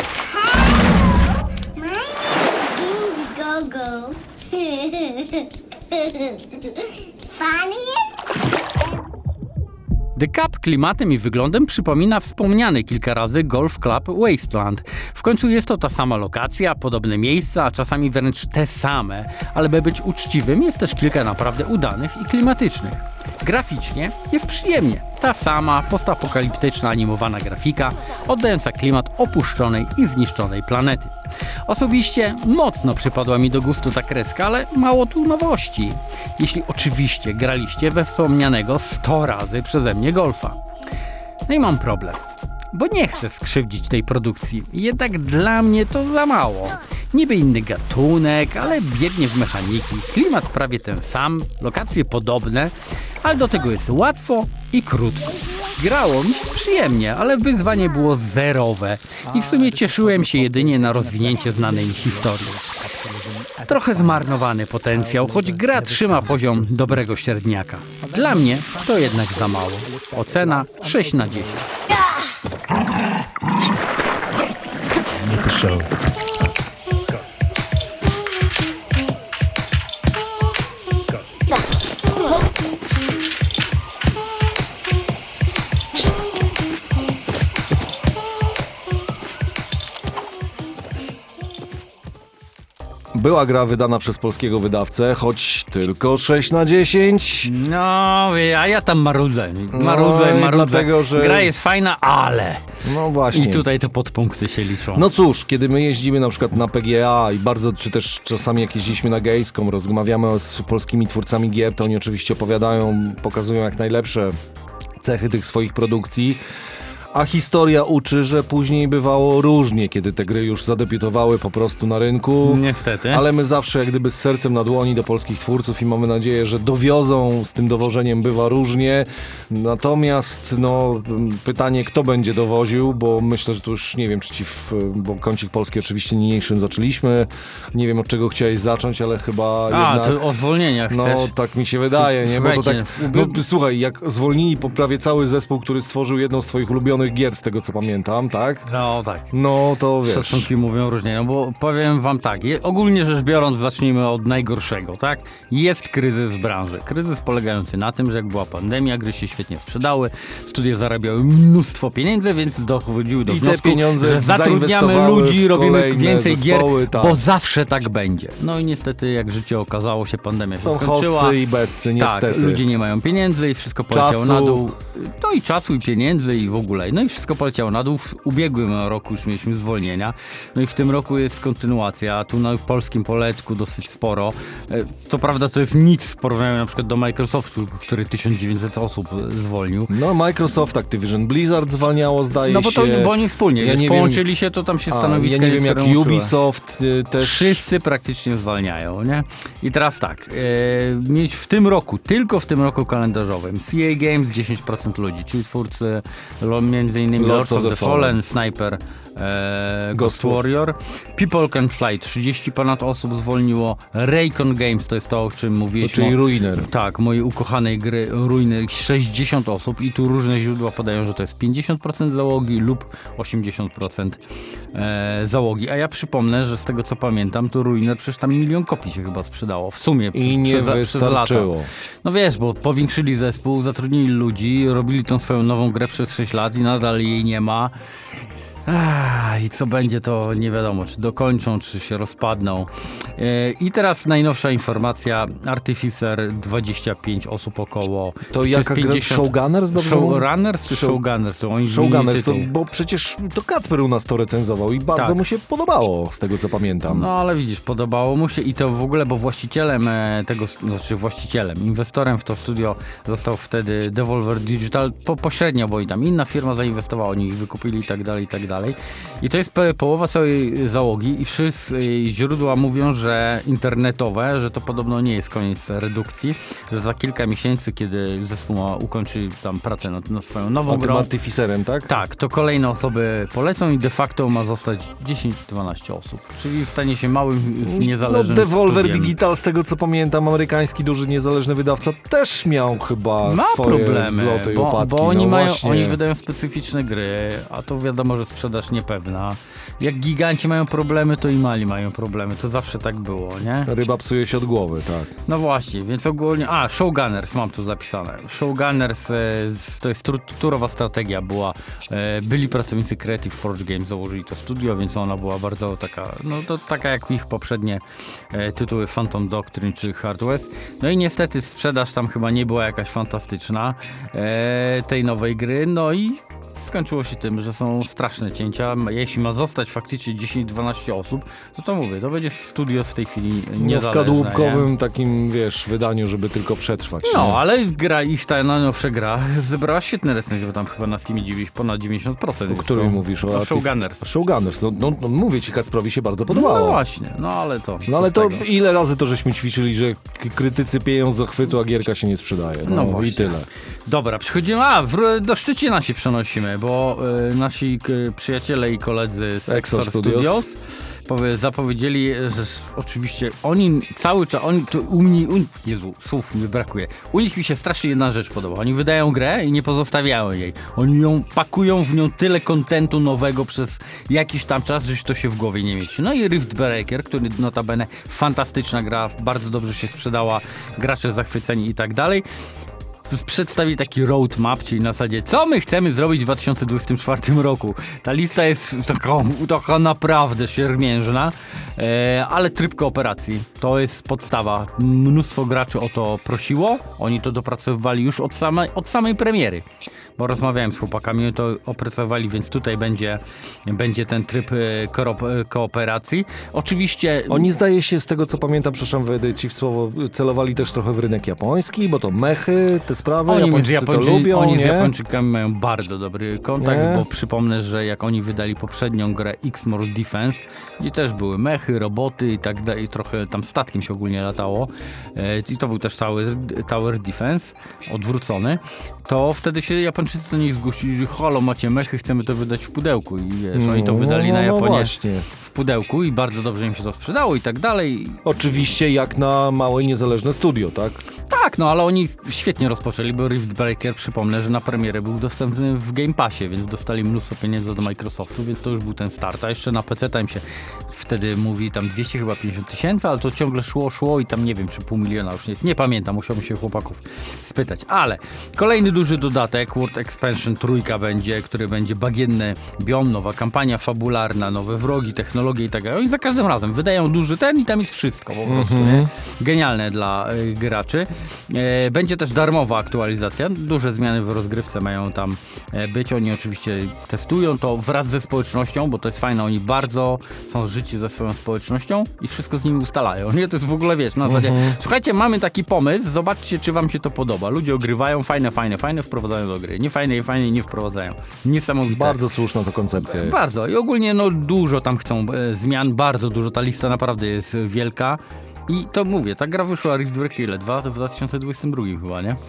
My name is Indiegogo. Funny? The Cup klimatem i wyglądem przypomina wspomniany kilka razy Golf Club Wasteland. W końcu jest to ta sama lokacja, podobne miejsca, a czasami wręcz te same, ale by być uczciwym jest też kilka naprawdę udanych i klimatycznych. Graficznie jest przyjemnie. Ta sama postapokaliptyczna animowana grafika, oddająca klimat opuszczonej i zniszczonej planety. Osobiście mocno przypadła mi do gustu ta kreska, ale mało tu nowości. Jeśli oczywiście graliście we wspomnianego 100 razy przeze mnie golfa. No i mam problem, bo nie chcę skrzywdzić tej produkcji. Jednak dla mnie to za mało. Niby inny gatunek, ale biednie w mechaniki. Klimat prawie ten sam, lokacje podobne, ale do tego jest łatwo i krótko. Grało mi się przyjemnie, ale wyzwanie było zerowe i w sumie cieszyłem się jedynie na rozwinięcie znanej mi historii. Trochę zmarnowany potencjał, choć gra trzyma poziom dobrego średniaka. Dla mnie to jednak za mało. Ocena 6 na 10. Była gra wydana przez polskiego wydawcę, choć tylko 6 na 10. No, a ja tam marudzę. Dlatego, że... Gra jest fajna, ale... No właśnie. I tutaj te podpunkty się liczą. No cóż, kiedy my jeździmy na przykład na PGA i czy też czasami jak jeździliśmy na Gamescom, rozmawiamy z polskimi twórcami gier, to oni oczywiście opowiadają, pokazują jak najlepsze cechy tych swoich produkcji. A historia uczy, że później bywało różnie, kiedy te gry już zadebiutowały po prostu na rynku. Niestety. Ale my zawsze jak gdyby z sercem na dłoni do polskich twórców i mamy nadzieję, że dowiozą, z tym dowożeniem bywa różnie. Natomiast pytanie, kto będzie dowoził, bo myślę, że to już nie wiem, bo kącik polski oczywiście niniejszym zaczęliśmy. Nie wiem, od czego chciałeś zacząć, ale chyba jednak... to o zwolnieniach chcesz? No, tak mi się wydaje, nie? Bo to tak, słuchaj, jak zwolnili prawie cały zespół, który stworzył jedną z twoich ulubionych gier, z tego co pamiętam, tak? No tak. No to wiesz. Szacunki mówią różnie, no bo powiem wam tak, ogólnie rzecz biorąc zacznijmy od najgorszego, tak? Jest kryzys w branży. Kryzys polegający na tym, że jak była pandemia, gry się świetnie sprzedały, studia zarabiały mnóstwo pieniędzy, więc dochodziły do wniosku, że zatrudniamy ludzi, robimy więcej zespoły, gier, bo zawsze tak będzie. No i niestety, jak życie okazało się, pandemia się skończyła. Są hossy i bessy, niestety. Tak, ludzie nie mają pieniędzy i wszystko poleciało na dół. No i czasu, i pieniędzy, i w ogóle. No i wszystko poleciało na dół. W ubiegłym roku już mieliśmy zwolnienia. No i w tym roku jest kontynuacja. Tu na polskim poletku dosyć sporo. Co prawda to jest nic w porównaniu na przykład do Microsoftu, który 1900 osób zwolnił. No Microsoft, Activision, Blizzard zwalniało, zdaje się. No bo oni wspólnie, połączyli się, to tam się stanowiska. Ja nie wiem jak Ubisoft też. Wszyscy praktycznie zwalniają, nie? I teraz tak, mieć w tym roku, tylko w tym roku kalendarzowym CA Games 10% ludzi, czyli twórcy między innymi Lords of the Fallen, Sniper Ghost Warrior. People Can Fly, 30 ponad osób zwolniło. Raycon Games, to jest to, o czym mówiliśmy. Czyli Ruiner. Tak, mojej ukochanej gry Ruiner, 60 osób i tu różne źródła podają, że to jest 50% załogi lub 80% załogi. A ja przypomnę, że z tego co pamiętam, to Ruiner przecież tam 1 milion kopii się chyba sprzedało w sumie. I nie wystarczyło. No wiesz, bo powiększyli zespół, zatrudnili ludzi, robili tą swoją nową grę przez 6 lat i nadal jej nie ma. I co będzie, to nie wiadomo, czy dokończą, czy się rozpadną. I teraz najnowsza informacja, Artificer 25 osób około. To jaka 50... gra? Showgunners? Showrunners czy Showgunners? Showgunners, bo przecież to Kacper u nas to recenzował i bardzo mu się podobało, z tego co pamiętam. No ale widzisz, podobało mu się i to w ogóle, bo inwestorem w to studio został wtedy Devolver Digital, pośrednio, bo i tam inna firma zainwestowała, oni ich wykupili i tak dalej, i tak dalej. I to jest połowa całej załogi i wszyscy źródła mówią, że internetowe, że to podobno nie jest koniec redukcji, że za kilka miesięcy, kiedy zespół ukończy tam pracę nad swoją nową grą. Artificerem, tak? Tak, to kolejne osoby polecą i de facto ma zostać 10-12 osób. Czyli stanie się małym, niezależnym Devolver studiem. Digital, z tego co pamiętam, amerykański duży niezależny wydawca też miał chyba swoje problemy, wzloty i upadki. Bo oni wydają specyficzne gry, a to wiadomo, że sprzedaż niepewna. Jak giganci mają problemy, to i mali mają problemy. To zawsze tak było, nie? Ryba psuje się od głowy, tak. No właśnie, więc ogólnie... Showgunners, mam tu zapisane. Showgunners to jest turowa strategia była. Byli pracownicy Creative Forge Games, założyli to studio, więc ona była bardzo taka, no to taka jak ich poprzednie tytuły Phantom Doctrine czy Hard West. No i niestety sprzedaż tam chyba nie była jakaś fantastyczna tej nowej gry, no i skończyło się tym, że są straszne cięcia. Jeśli ma zostać faktycznie 10-12 osób, to mówię, to będzie studio w tej chwili niezależne. W kadłubkowym takim, wydaniu, żeby tylko przetrwać. No, nie? ale gra ich ta najnowsza gra zebrała świetne recenzje, bo tam chyba na Steamie ponad 90%. O którym mówisz? O Showgunners. Showgunners. No, mówię ci, Kacprowi się bardzo podobało. No właśnie, ale to... No ale to ile razy to żeśmy ćwiczyli, że krytycy pieją z zachwytu, a gierka się nie sprzedaje. No właśnie. I tyle. Dobra, przechodzimy, do Szczecina się przenosimy, bo nasi przyjaciele i koledzy z Exor Studios zapowiedzieli, że oczywiście oni cały czas, słów mi brakuje. U nich mi się strasznie jedna rzecz podoba. Oni wydają grę i nie pozostawiają jej. Oni ją pakują w nią tyle kontentu nowego przez jakiś tam czas, że to się w głowie nie mieści. No i Rift Breaker, który notabene fantastyczna gra, bardzo dobrze się sprzedała, gracze zachwyceni i tak dalej. Przedstawili taki roadmap, czyli na zasadzie, co my chcemy zrobić w 2024 roku. Ta lista jest taka naprawdę siermiężna, ale tryb kooperacji to jest podstawa. Mnóstwo graczy o to prosiło, oni to dopracowywali już od samej premiery. Bo rozmawiałem z chłopakami, to opracowali, więc tutaj będzie ten tryb kooperacji. Oczywiście... Oni zdaje się, z tego co pamiętam, przepraszam, wejdę ci w słowo, celowali też trochę w rynek japoński, bo to mechy, te sprawy, Japończycy to lubią, Oni nie? z Japończykami mają bardzo dobry kontakt, bo przypomnę, że jak oni wydali poprzednią grę X-More Defense, gdzie też były mechy, roboty i tak dalej, trochę tam statkiem się ogólnie latało, i to był też Tower Defense, odwrócony, to wtedy się Japończycy do nich zgłosili, że halo, macie mechy, chcemy to wydać w pudełku. I oni to wydali na Japonię w pudełku i bardzo dobrze im się to sprzedało i tak dalej. Oczywiście jak na małe, niezależne studio, tak? Tak, ale oni świetnie rozpoczęli, bo Rift Breaker, przypomnę, że na premierę był dostępny w Game Passie, więc dostali mnóstwo pieniędzy do Microsoftu, więc to już był ten start. A jeszcze na PC im się wtedy mówi tam 250 tysięcy, ale to ciągle szło i tam nie wiem, czy 500 000 już nie pamiętam, musiałbym się chłopaków spytać. Ale kolejny duży dodatek, World Expansion 3 będzie, który będzie bagienny biom, nowa kampania fabularna, nowe wrogi, technologie i tak dalej. Oni za każdym razem wydają duży i tam jest wszystko po prostu, nie? Genialne dla graczy. Będzie też darmowa aktualizacja. Duże zmiany w rozgrywce mają tam być. Oni oczywiście testują to wraz ze społecznością, bo to jest fajne. Oni bardzo są życi ze swoją społecznością i wszystko z nimi ustalają. Nie, to jest w ogóle, na zasadzie, słuchajcie, mamy taki pomysł, zobaczcie, czy wam się to podoba. Ludzie ogrywają, fajne, wprowadzają do gry. Nie fajne, nie wprowadzają. Niesamowite. Bardzo słuszna to koncepcja jest. Bardzo. I ogólnie dużo tam chcą zmian, bardzo dużo. Ta lista naprawdę jest wielka. I to mówię, ta gra wyszła Rift Breaker ile? W 2022 chyba, nie?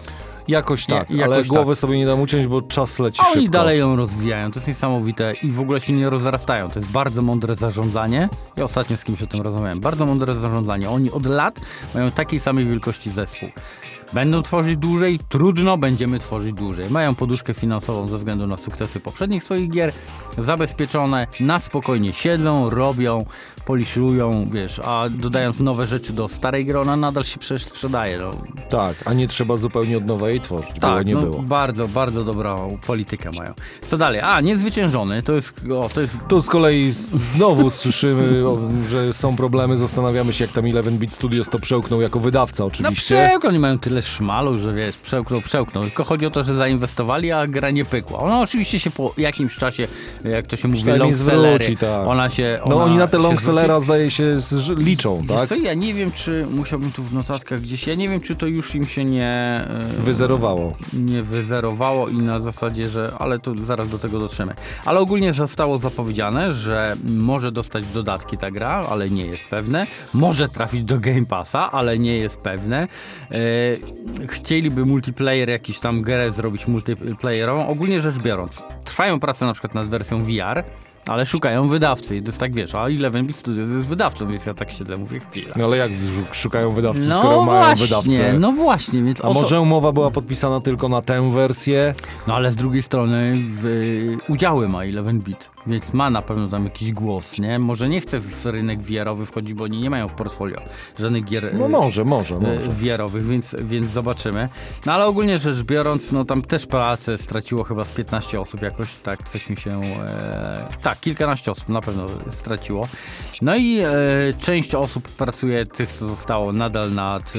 Jakoś tak, ale jakoś głowy sobie nie dam uciąć, bo czas leci szybko. Oni dalej ją rozwijają, to jest niesamowite i w ogóle się nie rozrastają. To jest bardzo mądre zarządzanie. Ja ostatnio z kimś o tym rozmawiałem. Bardzo mądre zarządzanie. Oni od lat mają takiej samej wielkości zespół. Będą tworzyć dłużej? Trudno, będziemy tworzyć dłużej. Mają poduszkę finansową ze względu na sukcesy poprzednich swoich gier, zabezpieczone, na spokojnie siedzą, robią, poliszują, wiesz, a dodając nowe rzeczy do starej gry, ona nadal się przecież sprzedaje. No. Tak, a nie trzeba zupełnie od nowa jej tworzyć, tak, nie było. Bardzo, bardzo dobrą politykę mają. Co dalej? Niezwyciężony, to jest... Tu z kolei znowu słyszymy, że są problemy, zastanawiamy się, jak tam 11-bit Studios to przełknął jako wydawca oczywiście. No przełknął, oni mają tyle szmalu, że wiesz, przełknął. Tylko chodzi o to, że zainwestowali, a gra nie pykła. Ona oczywiście się po jakimś czasie, jak to się mówi, longsellery, tak. Oni na te longsellera zdaje się liczą, wiesz tak? Co, ja nie wiem, czy musiałbym tu w notatkach gdzieś, ja nie wiem, czy to już im się nie... Wyzerowało. Nie wyzerowało i na zasadzie, że... Ale to zaraz do tego dotrzemy. Ale ogólnie zostało zapowiedziane, że może dostać dodatki ta gra, ale nie jest pewne. Może trafić do Game Passa, ale nie jest pewne. Chcieliby multiplayer, jakiś tam grę zrobić multiplayerową. Ogólnie rzecz biorąc, trwają prace na przykład nad wersją VR, ale szukają wydawcy i to jest tak, wiesz, a 11-bit Studios jest wydawcą, więc ja tak siedzę, mówię, chwila. No ale jak szukają wydawcy, skoro mają wydawcę? No właśnie, więc a może umowa była podpisana tylko na tę wersję? No ale z drugiej strony udziały ma 11-bit, więc ma na pewno tam jakiś głos, nie? Może nie chce w rynek VR-owy wchodzić, bo oni nie mają w portfolio żadnych gier może. VR-owych, więc zobaczymy. No ale ogólnie rzecz biorąc, no tam też pracę straciło chyba z 15 osób jakoś, tak, coś mi się... kilkanaście osób na pewno straciło. No i część osób pracuje, tych co zostało nadal nad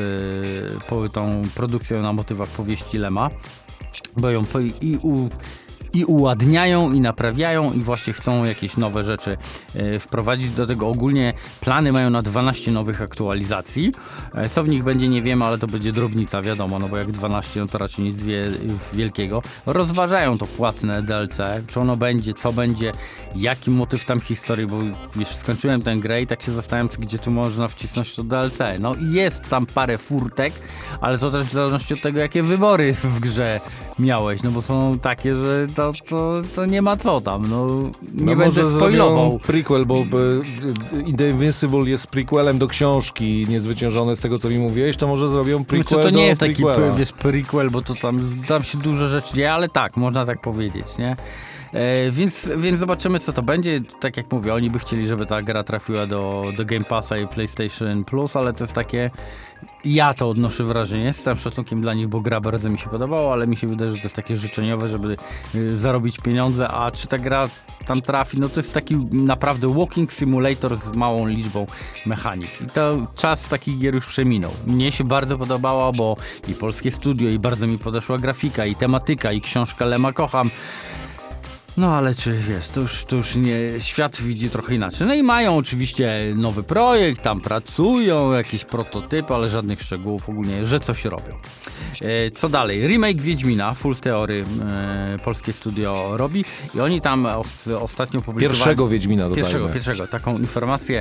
tą produkcją na motywach powieści Lema, bo ją i uładniają, i naprawiają i właśnie chcą jakieś nowe rzeczy wprowadzić. Do tego ogólnie plany mają na 12 nowych aktualizacji. Co w nich będzie, nie wiemy, ale to będzie drobnica, wiadomo, no bo jak 12, no to raczej nic wielkiego. Rozważają to płatne DLC, czy ono będzie, co będzie, jaki motyw tam historii, bo wiesz, skończyłem tę grę i tak się zastanawiam, gdzie tu można wcisnąć to DLC. No i jest tam parę furtek, ale to też w zależności od tego, jakie wybory w grze miałeś, no bo są takie, że to nie ma co tam, no nie będę spoilował. Prequel, bo The Invincible jest prequelem do książki Niezwyciężone, z tego co mi mówiłeś, to może zrobią prequel to nie jest prequela. Taki, wiesz, prequel, bo to tam się dużo rzeczy dzieje, ale tak, można tak powiedzieć, nie? Więc zobaczymy, co to będzie. Tak jak mówię, oni by chcieli, żeby ta gra trafiła do Game Passa i PlayStation Plus, ale to jest takie... Ja to odnoszę wrażenie, z całym szacunkiem dla nich, bo gra bardzo mi się podobała, ale mi się wydaje, że to jest takie życzeniowe, żeby zarobić pieniądze, a czy ta gra tam trafi, no to jest taki naprawdę walking simulator z małą liczbą mechanik. I to czas takich gier już przeminął. Mnie się bardzo podobała, bo i polskie studio, i bardzo mi podeszła grafika, i tematyka, i książka Lema kocham. No ale czy wiesz, to już nie, świat widzi trochę inaczej. No i mają oczywiście nowy projekt, tam pracują, jakieś prototypy, ale żadnych szczegółów ogólnie, że coś robią. Co dalej? Remake Wiedźmina, Full Theory, polskie studio robi i oni tam ostatnio publikowali... Pierwszego Wiedźmina dodajmy. Pierwszego, taką informację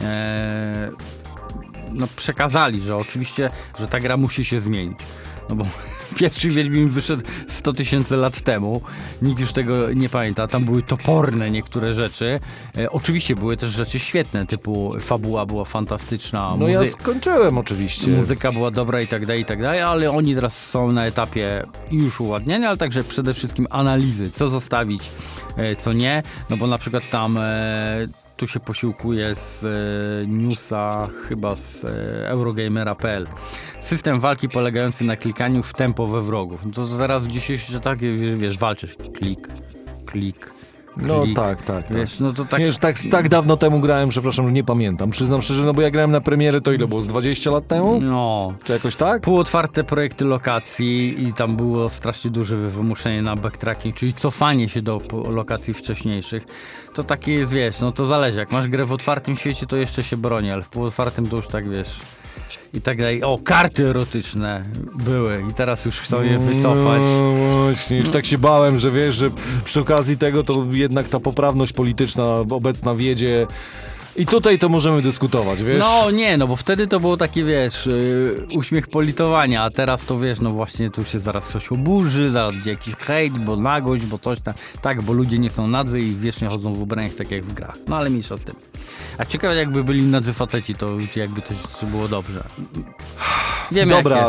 przekazali, że oczywiście, że ta gra musi się zmienić. No bo pierwszy Wiedźmin wyszedł 100 000 lat temu. Nikt już tego nie pamięta. Tam były toporne niektóre rzeczy. Oczywiście były też rzeczy świetne, typu fabuła była fantastyczna. No ja skończyłem oczywiście. Muzyka była dobra i tak dalej, ale oni teraz są na etapie już uładniania, ale także przede wszystkim analizy, co zostawić, co nie. No bo na przykład tam... Tu się posiłkuje z newsa, chyba z Eurogamera.pl. System walki polegający na klikaniu w tempo we wrogów. No to teraz w dzisiejszych tak, wiesz, walczysz. Klik. No tak. Wiesz, no to tak... Wiesz, tak dawno temu grałem, przepraszam, że nie pamiętam. Przyznam szczerze, no bo ja grałem na premierę, to ile było? Z 20 lat temu? No. Czy jakoś tak? Półotwarte projekty lokacji i tam było strasznie duże wymuszenie na backtracking, czyli cofanie się do lokacji wcześniejszych. To takie jest, wiesz, no to zależy. Jak masz grę w otwartym świecie, to jeszcze się broni, ale w półotwartym to już tak, wiesz... I tak dalej. O, karty erotyczne były i teraz już chcą je wycofać. No właśnie, już tak się bałem, że wiesz, że przy okazji tego to jednak ta poprawność polityczna obecna wiedzie I tutaj to możemy dyskutować, wiesz? No nie, no bo wtedy to było takie, wiesz, uśmiech politowania, a teraz to wiesz, no właśnie tu się zaraz coś oburzy, zaraz będzie jakiś hejt, bo nagość, bo coś tam. Tak, bo ludzie nie są nadzy i wiecznie chodzą w ubraniach tak jak w grach. No ale mniejsza z tym. A ciekawe jakby byli nadzy faceci, to jakby to było dobrze. Wiemy, dobra,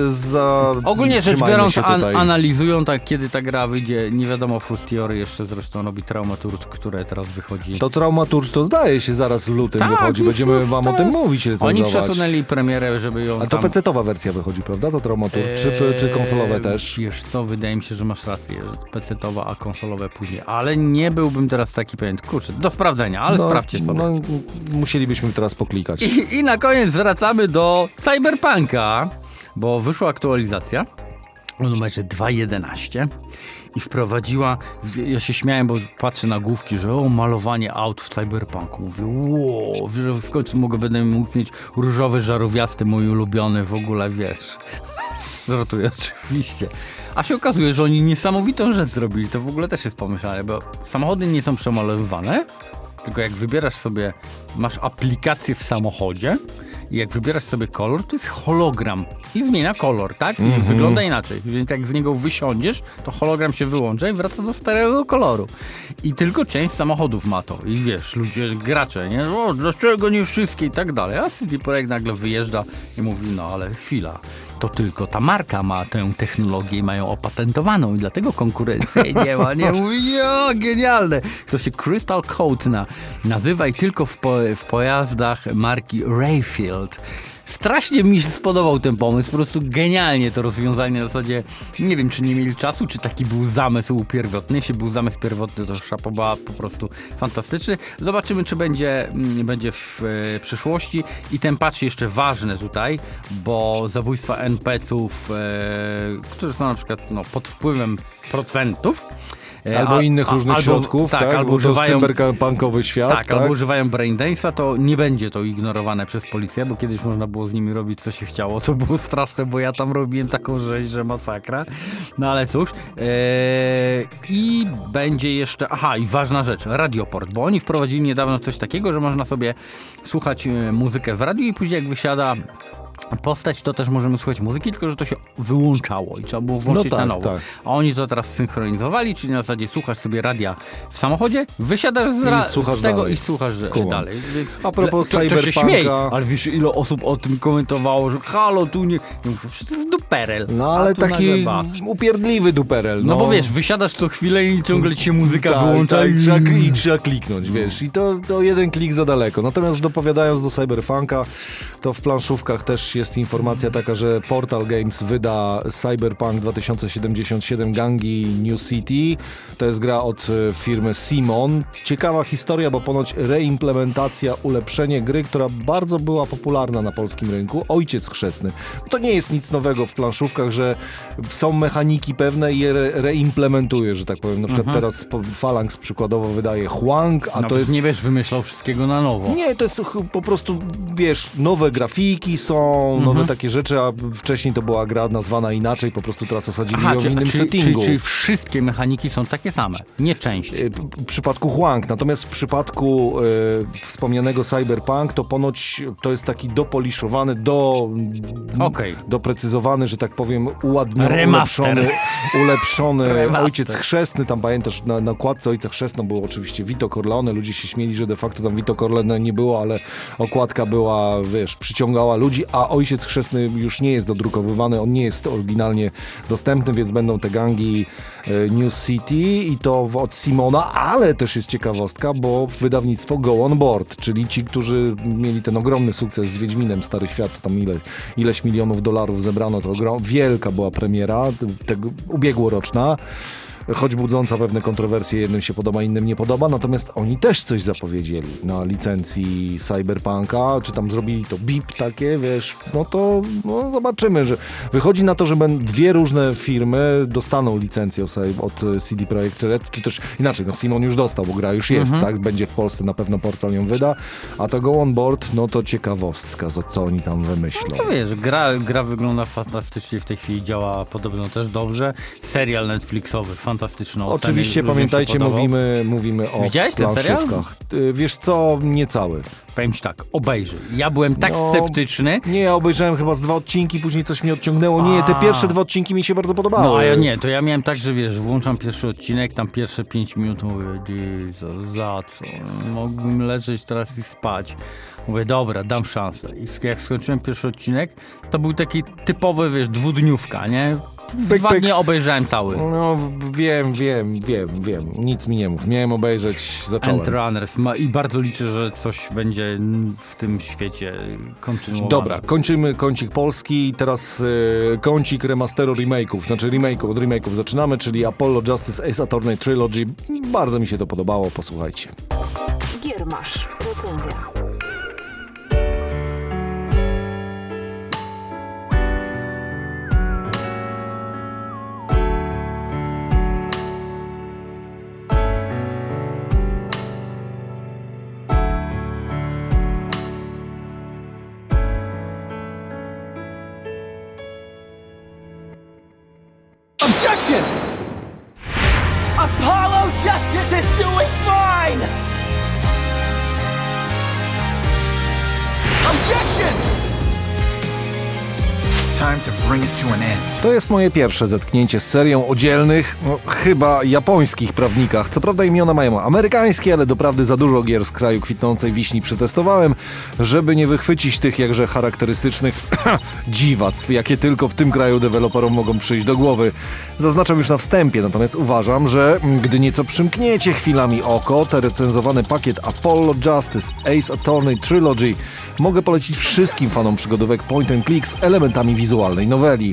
ogólnie rzecz biorąc analizują tak, kiedy ta gra wyjdzie, nie wiadomo, Fustiori jeszcze zresztą robi Traumaturg, które teraz wychodzi. To Traumaturg to zdaje się zaraz w lutym wychodzi, będziemy wam o tym mówić, recenzować. Oni przesunęli premierę, żeby ją A to PC-towa wersja wychodzi, prawda? To Traumaturg, czy konsolowe też? Wiesz co, wydaje mi się, że masz rację, że PC-towa, a konsolowe później, ale nie byłbym teraz taki pewien, kurczę, do sprawdzenia, ale sprawdźcie sobie. No, musielibyśmy teraz poklikać. I na koniec wracamy do Cyberpunka, bo wyszła aktualizacja o numerze 2.11 i wprowadziła, ja się śmiałem, bo patrzę na główki, że malowanie aut w Cyberpunku. Mówię, wow, że w końcu będę mógł mieć różowy, żarówiasty, mój ulubiony w ogóle, wiesz. Żartuję oczywiście. A się okazuje, że oni niesamowitą rzecz zrobili, to w ogóle też jest pomyślane, bo samochody nie są przemalowywane, tylko jak wybierasz sobie, masz aplikację w samochodzie i jak wybierasz sobie kolor, to jest hologram i zmienia kolor, tak? I wygląda inaczej. Więc jak z niego wysiądziesz, to hologram się wyłącza i wraca do starego koloru. I tylko część samochodów ma to. I wiesz, ludzie, gracze, nie? O, dlaczego nie wszystkie i tak dalej. A CD Projekt nagle wyjeżdża i mówi, no ale chwila. To tylko ta marka ma tę technologię i mają opatentowaną i dlatego konkurencji nie ma. Nie mówi, genialne. To się Crystal Code nazywa i tylko w pojazdach marki Rayfield. Strasznie mi się spodobał ten pomysł, po prostu genialnie to rozwiązanie, na zasadzie nie wiem, czy nie mieli czasu, czy taki był zamysł pierwotny. Jeśli był zamysł pierwotny, to Szapoba po prostu fantastyczny. Zobaczymy, czy będzie w przyszłości. I ten patch jeszcze ważny tutaj, bo zabójstwa NPC-ów, które są na przykład pod wpływem procentów, albo innych różnych środków, tak? Albo używają cyberpunkowy świat, tak? Albo używają braindance'a, to nie będzie to ignorowane przez policję, bo kiedyś można było z nimi robić co się chciało, to było straszne, bo ja tam robiłem taką rzeź, że masakra. No ale cóż, i będzie jeszcze, i ważna rzecz, radioport, bo oni wprowadzili niedawno coś takiego, że można sobie słuchać muzykę w radiu i później jak wysiada postać, to też możemy słuchać muzyki, tylko że to się wyłączało i trzeba było włączyć na nowo. Tak. A oni to teraz synchronizowali, czyli na zasadzie słuchasz sobie radia w samochodzie, wysiadasz z tego dalej. I słuchasz dalej. Więc a propos Cyberpunka... To się śmieje, ale wiesz, ile osób o tym komentowało, że halo, tu nie... Ja mówię, to jest duperel. No ale taki upierdliwy duperel. No bo wiesz, wysiadasz co chwilę i ciągle ci się muzyka wyłącza i trzeba kliknąć, wiesz. I to jeden klik za daleko. Natomiast dopowiadając do Cyberpunka, to w planszówkach też jest informacja taka, że Portal Games wyda Cyberpunk 2077 Gangi New City. To jest gra od firmy Simon. Ciekawa historia, bo ponoć reimplementacja, ulepszenie gry, która bardzo była popularna na polskim rynku. Ojciec chrzestny. To nie jest nic nowego w planszówkach, że są mechaniki pewne i je reimplementuje, że tak powiem. Na przykład teraz Phalanx przykładowo wydaje Huang, a to jest... Nie wiesz, wymyślał wszystkiego na nowo. Nie, to jest po prostu, wiesz, nowe grafiki są, nowe takie rzeczy, a wcześniej to była gra nazwana inaczej, po prostu teraz osadzili ją w innym settingu. Czyli wszystkie mechaniki są takie same, nie część. W przypadku Huang, natomiast w przypadku wspomnianego Cyberpunk, to ponoć to jest taki dopoliszowany, doprecyzowany, że tak powiem, ulepszony Ojciec Chrzestny, tam pamiętasz, na okładce Ojca Chrzestno było oczywiście Vito Corleone, ludzie się śmieli, że de facto tam Vito Corleone nie było, ale okładka była, wiesz, przyciągała ludzi, a Ojciec Chrzestny już nie jest dodrukowywany, on nie jest oryginalnie dostępny, więc będą te gangi New City i to od Simona, ale też jest ciekawostka, bo wydawnictwo Go On Board, czyli ci, którzy mieli ten ogromny sukces z Wiedźminem Stary Świat, tam ileś milionów dolarów zebrano, to wielka była premiera, ubiegłoroczna. Choć budząca pewne kontrowersje, jednym się podoba, innym nie podoba, natomiast oni też coś zapowiedzieli na licencji Cyberpunka, czy tam zrobili to BIP takie, wiesz, zobaczymy, że wychodzi na to, że dwie różne firmy dostaną licencję od CD Projekt Red, czy też inaczej, Simon już dostał, bo gra już jest, tak, będzie w Polsce, na pewno Portal ją wyda, a to Go On Board, to ciekawostka, za co oni tam wymyślą. No wiesz, gra wygląda fantastycznie, w tej chwili działa podobno też dobrze, serial Netflixowy, fantastyczny, fantastyczne oceny. Oczywiście, ludziom pamiętajcie, się podobał. mówimy o Widziałeś ten serial? planszówkach. Wiesz co, nie cały. Powiem ci tak, obejrzyj. Ja byłem tak sceptyczny. Nie, ja obejrzałem chyba z 2 odcinki, później coś mnie odciągnęło. Nie, te pierwsze 2 odcinki mi się bardzo podobały. No a ja nie, to ja miałem tak, że wiesz, włączam pierwszy odcinek, tam pierwsze 5 minut mówię, Jezus, za co? Mógłbym leżeć teraz i spać. Mówię, dobra, dam szansę. I jak skończyłem pierwszy odcinek, to był taki typowy, wiesz, 2-dniówka, nie? W 2 dni obejrzałem cały. No wiem. Nic mi nie mów. Miałem obejrzeć, zacząłem. Endrunners. I bardzo liczę, że coś będzie w tym świecie kontynuowane. Dobra, kończymy kącik polski. Teraz kącik remasteru remake'ów. Znaczy od remake'ów zaczynamy, czyli Apollo Justice Ace Attorney Trilogy. Bardzo mi się to podobało, posłuchajcie. Giermasz. Recenzja. Objection! Apollo Justice is doing fine! Objection! Time to bring it to an end. To jest moje pierwsze zetknięcie z serią o dzielnych, chyba japońskich prawnikach. Co prawda imiona mają amerykańskie, ale doprawdy za dużo gier z kraju kwitnącej wiśni przetestowałem, żeby nie wychwycić tych jakże charakterystycznych dziwactw, jakie tylko w tym kraju deweloperom mogą przyjść do głowy. Zaznaczam już na wstępie, natomiast uważam, że gdy nieco przymkniecie chwilami oko, ten recenzowany pakiet Apollo Justice Ace Attorney Trilogy mogę polecić wszystkim fanom przygodówek point and click z elementami wizualnej noweli.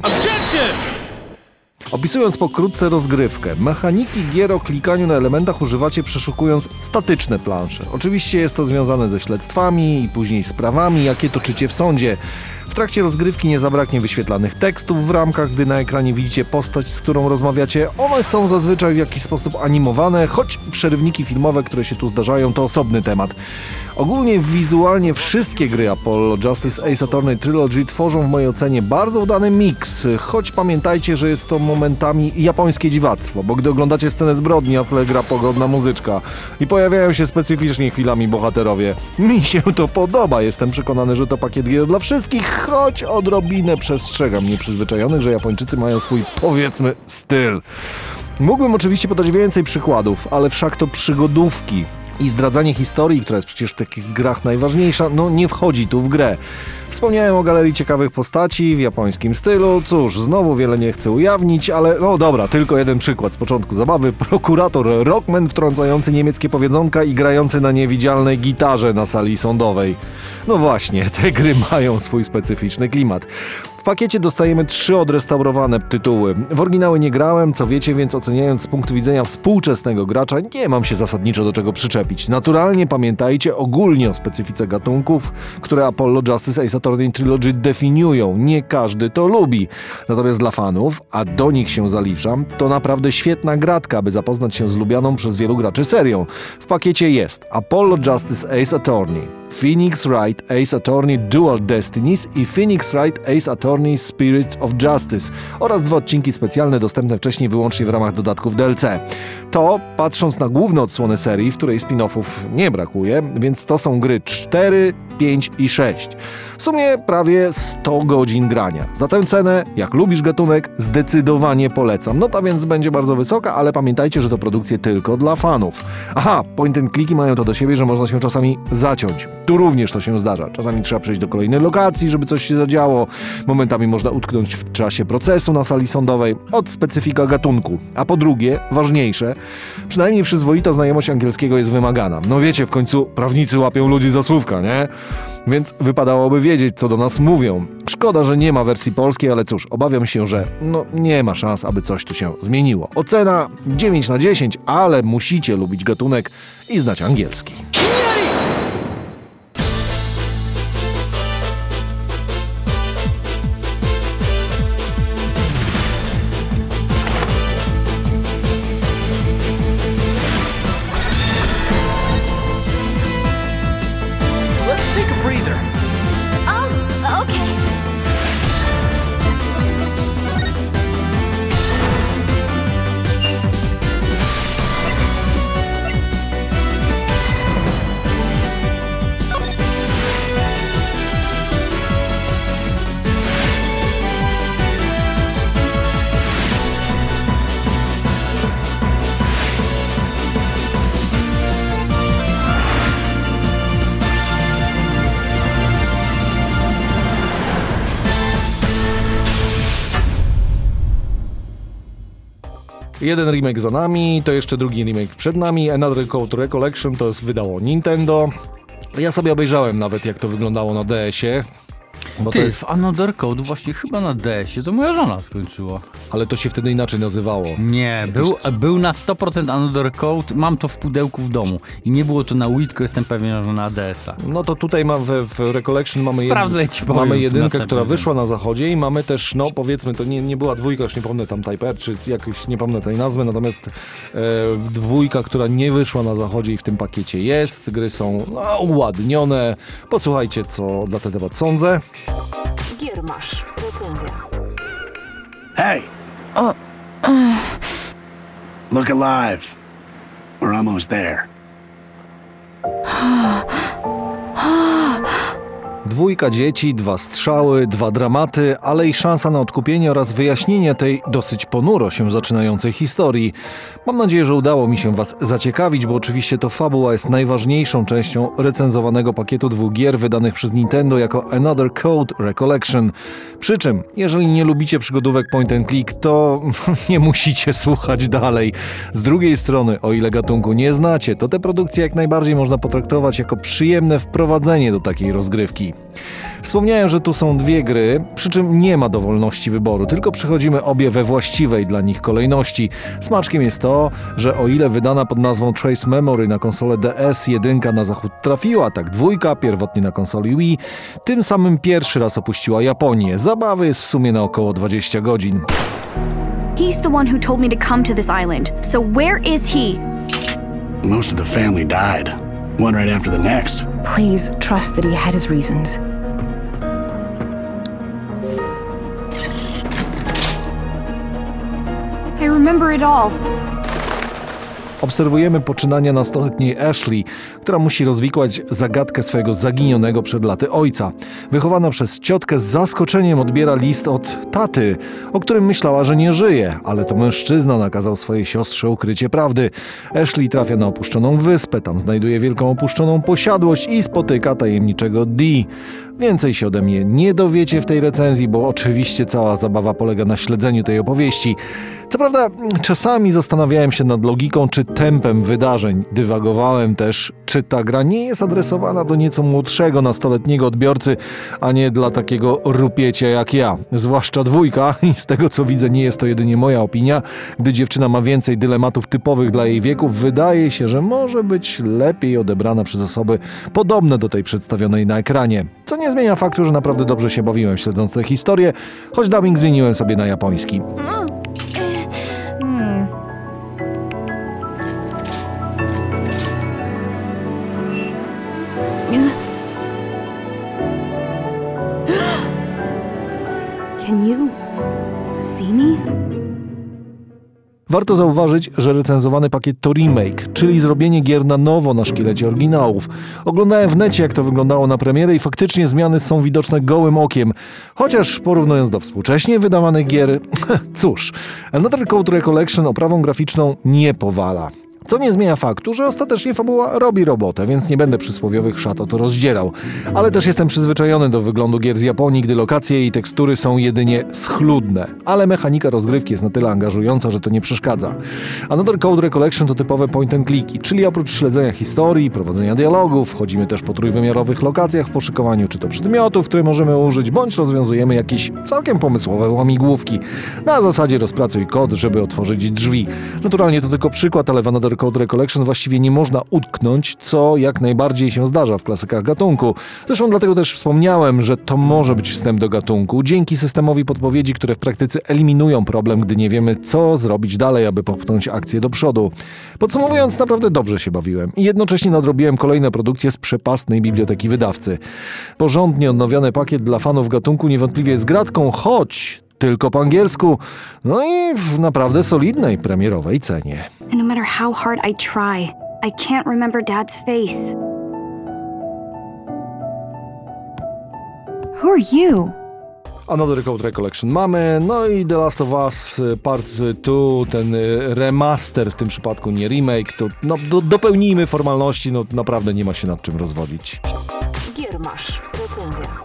Opisując pokrótce rozgrywkę, mechaniki gier o klikaniu na elementach używacie przeszukując statyczne plansze. Oczywiście jest to związane ze śledztwami i później sprawami, jakie toczycie w sądzie. W trakcie rozgrywki nie zabraknie wyświetlanych tekstów w ramkach, gdy na ekranie widzicie postać, z którą rozmawiacie. One są zazwyczaj w jakiś sposób animowane, choć przerywniki filmowe, które się tu zdarzają, to osobny temat. Ogólnie wizualnie wszystkie gry Apollo Justice Ace Attorney Trilogy tworzą w mojej ocenie bardzo udany miks, choć pamiętajcie, że jest to momentami japońskie dziwactwo, bo gdy oglądacie scenę zbrodni, a w tle gra pogodna muzyczka i pojawiają się specyficznie chwilami bohaterowie. Mi się to podoba, jestem przekonany, że to pakiet gier dla wszystkich, choć odrobinę przestrzegam nieprzyzwyczajonych, że Japończycy mają swój, powiedzmy, styl. Mógłbym oczywiście podać więcej przykładów, ale wszak to przygodówki. I zdradzanie historii, która jest przecież w takich grach najważniejsza, nie wchodzi tu w grę. Wspomniałem o galerii ciekawych postaci w japońskim stylu. Cóż, znowu wiele nie chcę ujawnić, ale dobra, tylko jeden przykład z początku zabawy. Prokurator Rockman wtrącający niemieckie powiedzonka i grający na niewidzialnej gitarze na sali sądowej. No właśnie, te gry mają swój specyficzny klimat. W pakiecie dostajemy 3 odrestaurowane tytuły. W oryginały nie grałem, co wiecie, więc oceniając z punktu widzenia współczesnego gracza, nie mam się zasadniczo do czego przyczepić. Naturalnie pamiętajcie ogólnie o specyfice gatunków, które Apollo Justice Ace Attorney Trilogy definiują. Nie każdy to lubi. Natomiast dla fanów, a do nich się zaliczam, to naprawdę świetna gratka, by zapoznać się z lubianą przez wielu graczy serią. W pakiecie jest Apollo Justice Ace Attorney, Phoenix Wright Ace Attorney Dual Destinies i Phoenix Wright Ace Attorney Spirits of Justice oraz 2 odcinki specjalne dostępne wcześniej wyłącznie w ramach dodatków DLC. To, patrząc na główne odsłony serii, w której spin-offów nie brakuje, więc to są gry 4, 5 i 6. W sumie prawie 100 godzin grania. Za tę cenę, jak lubisz gatunek, zdecydowanie polecam. Nota więc będzie bardzo wysoka, ale pamiętajcie, że to produkcje tylko dla fanów. Aha, point and clicky mają to do siebie, że można się czasami zaciąć. Tu również to się zdarza. Czasami trzeba przejść do kolejnej lokacji, żeby coś się zadziało. Momentami można utknąć w czasie procesu na sali sądowej. Od specyfika gatunku. A po drugie, ważniejsze, przynajmniej przyzwoita znajomość angielskiego jest wymagana. No wiecie, w końcu prawnicy łapią ludzi za słówka, nie? Więc wypadałoby wiedzieć, co do nas mówią. Szkoda, że nie ma wersji polskiej, ale cóż, obawiam się, że nie ma szans, aby coś tu się zmieniło. Ocena 9 na 10, ale musicie lubić gatunek i znać angielski. Let's take a breather. Oh, okay. Jeden remake za nami, to jeszcze drugi remake przed nami. Another Code Recollection to wydało Nintendo. Ja sobie obejrzałem nawet, jak to wyglądało na DS-ie. Bo Ty, to jest... w Another Code właśnie chyba na DS-ie to moja żona skończyła. Ale to się wtedy inaczej nazywało. Nie, był na 100% Another Code, mam to w pudełku w domu. I nie było to na Wii, tylko jestem pewien, że na DS-a. No to tutaj w Recollection mamy jedynkę, która wyszła na zachodzie i mamy też, no powiedzmy, to nie była dwójka, już nie pomnę tam Type R, czy jakoś nie pomnę tej nazwy, natomiast dwójka, która nie wyszła na zachodzie i w tym pakiecie jest. Gry są uładnione. Posłuchajcie, co na ten temat sądzę. Giermasz. Recenzja. Hey! Look alive. We're almost there. Dwójka dzieci, 2 strzały, 2 dramaty, ale i szansa na odkupienie oraz wyjaśnienie tej dosyć ponuro się zaczynającej historii. Mam nadzieję, że udało mi się Was zaciekawić, bo oczywiście to fabuła jest najważniejszą częścią recenzowanego pakietu 2 gier wydanych przez Nintendo jako Another Code Recollection. Przy czym, jeżeli nie lubicie przygodówek point and click, to nie musicie słuchać dalej. Z drugiej strony, o ile gatunku nie znacie, to te produkcje jak najbardziej można potraktować jako przyjemne wprowadzenie do takiej rozgrywki. Wspomniałem, że tu są 2 gry, przy czym nie ma dowolności wyboru, tylko przechodzimy obie we właściwej dla nich kolejności. Smaczkiem jest to, że o ile wydana pod nazwą Trace Memory na konsolę DS 1 na zachód trafiła, tak 2 pierwotnie na konsoli Wii, tym samym pierwszy raz opuściła Japonię. Zabawy jest w sumie na około 20 godzin. He's the one who told me to come to this island. So where is he? Most of the family died. One right after the next. Please trust that he had his reasons. I remember it all. Obserwujemy poczynania nastoletniej Ashley, która musi rozwikłać zagadkę swojego zaginionego przed laty ojca. Wychowana przez ciotkę z zaskoczeniem odbiera list od taty, o którym myślała, że nie żyje, ale to mężczyzna nakazał swojej siostrze ukrycie prawdy. Ashley trafia na opuszczoną wyspę, tam znajduje wielką opuszczoną posiadłość i spotyka tajemniczego Dee. Więcej się ode mnie nie dowiecie w tej recenzji, bo oczywiście cała zabawa polega na śledzeniu tej opowieści. Co prawda, czasami zastanawiałem się nad logiką czy tempem wydarzeń. Dywagowałem też, czy ta gra nie jest adresowana do nieco młodszego nastoletniego odbiorcy, a nie dla takiego rupiecia jak ja. Zwłaszcza 2 i z tego co widzę nie jest to jedynie moja opinia. Gdy dziewczyna ma więcej dylematów typowych dla jej wieku, wydaje się, że może być lepiej odebrana przez osoby podobne do tej przedstawionej na ekranie. Co nie zmienia faktu, że naprawdę dobrze się bawiłem śledząc tę historię, choć dubbing zmieniłem sobie na japoński. Can you see me? Warto zauważyć, że recenzowany pakiet to remake, czyli zrobienie gier na nowo na szkielecie oryginałów. Oglądałem w necie, jak to wyglądało na premierę i faktycznie zmiany są widoczne gołym okiem. Chociaż porównując do współcześnie wydawanych gier, cóż, Another Code Recollection oprawą graficzną nie powala. Co nie zmienia faktu, że ostatecznie fabuła robi robotę, więc nie będę przysłowiowych szat o to rozdzierał. Ale też jestem przyzwyczajony do wyglądu gier z Japonii, gdy lokacje i tekstury są jedynie schludne. Ale mechanika rozgrywki jest na tyle angażująca, że to nie przeszkadza. Another Code Recollection to typowe point and clicki, czyli oprócz śledzenia historii, prowadzenia dialogów, wchodzimy też po trójwymiarowych lokacjach w poszukowaniu czy to przedmiotów, które możemy użyć, bądź rozwiązujemy jakieś całkiem pomysłowe łamigłówki. Na zasadzie rozpracuj kod, żeby otworzyć drzwi. Naturalnie to tylko przykład, ale w Another Code Recollection właściwie nie można utknąć, co jak najbardziej się zdarza w klasykach gatunku. Zresztą dlatego też wspomniałem, że to może być wstęp do gatunku, dzięki systemowi podpowiedzi, które w praktyce eliminują problem, gdy nie wiemy, co zrobić dalej, aby popchnąć akcję do przodu. Podsumowując, naprawdę dobrze się bawiłem i jednocześnie nadrobiłem kolejne produkcje z przepastnej biblioteki wydawcy. Porządnie odnowiony pakiet dla fanów gatunku niewątpliwie jest gratką, choć tylko po angielsku, no i w naprawdę solidnej premierowej cenie. And no matter how hard I try, I can't remember Dad's face. Who are you? Another Code Recollection mamy, no i The Last of Us Part 2, ten remaster w tym przypadku, nie remake, to no, dopełnijmy formalności, no naprawdę nie ma się nad czym rozwodzić. Giermasz. Recenzja.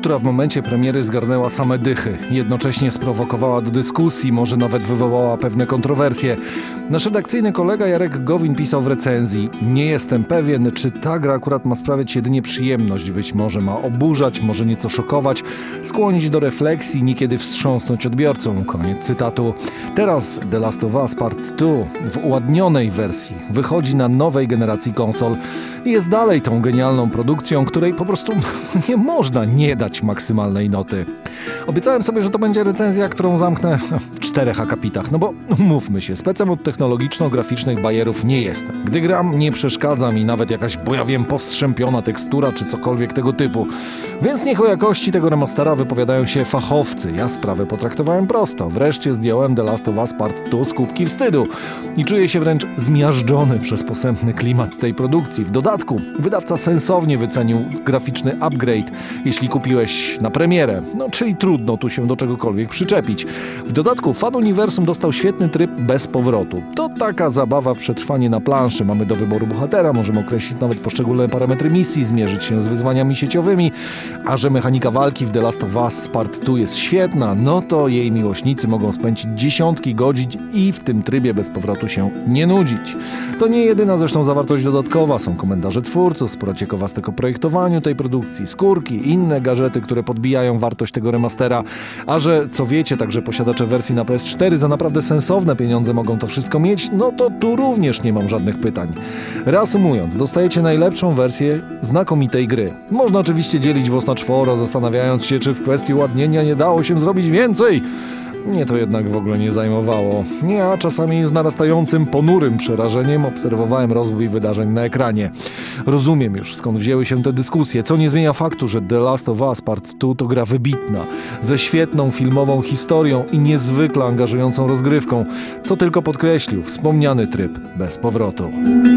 która w momencie premiery zgarnęła same dychy. Jednocześnie sprowokowała do dyskusji, może nawet wywołała pewne kontrowersje. Nasz redakcyjny kolega Jarek Gowin pisał w recenzji: nie jestem pewien, czy ta gra akurat ma sprawiać jedynie przyjemność. Być może ma oburzać, może nieco szokować, skłonić do refleksji, niekiedy wstrząsnąć odbiorcą. Koniec cytatu. Teraz The Last of Us Part 2 w uładnionej wersji wychodzi na nowej generacji konsol i jest dalej tą genialną produkcją, której po prostu nie można nie dać maksymalnej noty. Obiecałem sobie, że to będzie recenzja, którą zamknę w 4 akapitach, no bo mówmy się, specem od technologiczno-graficznych bajerów nie jestem. Gdy gram, nie przeszkadza mi nawet jakaś, bo ja wiem, postrzępiona tekstura czy cokolwiek tego typu. Więc niech o jakości tego remastera wypowiadają się fachowcy. Ja sprawę potraktowałem prosto. Wreszcie zdjąłem The Last of Us Part 2 z kubki wstydu i czuję się wręcz zmiażdżony przez posępny klimat tej produkcji. W dodatku wydawca sensownie wycenił graficzny upgrade, jeśli kupiłeś na premierę. No, czyli trudno tu się do czegokolwiek przyczepić. W dodatku fan uniwersum dostał świetny tryb bez powrotu. To taka zabawa w przetrwanie na planszy. Mamy do wyboru bohatera, możemy określić nawet poszczególne parametry misji, zmierzyć się z wyzwaniami sieciowymi, a że mechanika walki w The Last of Us Part 2 jest świetna, no to jej miłośnicy mogą spędzić dziesiątki godzin i w tym trybie bez powrotu się nie nudzić. To nie jedyna zresztą zawartość dodatkowa. Są komentarze twórców, sporo ciekawostek o projektowaniu tej produkcji, skórki, inne gadżety, które podbijają wartość tego remastera. A że, co wiecie, także posiadacze wersji na PS4 za naprawdę sensowne pieniądze mogą to wszystko mieć, no to tu również nie mam żadnych pytań. Reasumując, dostajecie najlepszą wersję znakomitej gry. Można oczywiście dzielić włos na czworo, zastanawiając się, czy w kwestii ładnienia nie dało się zrobić więcej. Mnie to jednak w ogóle nie zajmowało. Ja czasami z narastającym, ponurym przerażeniem obserwowałem rozwój wydarzeń na ekranie. Rozumiem już, skąd wzięły się te dyskusje, co nie zmienia faktu, że The Last of Us Part 2 to gra wybitna, ze świetną filmową historią i niezwykle angażującą rozgrywką, co tylko podkreślił wspomniany tryb bez powrotu.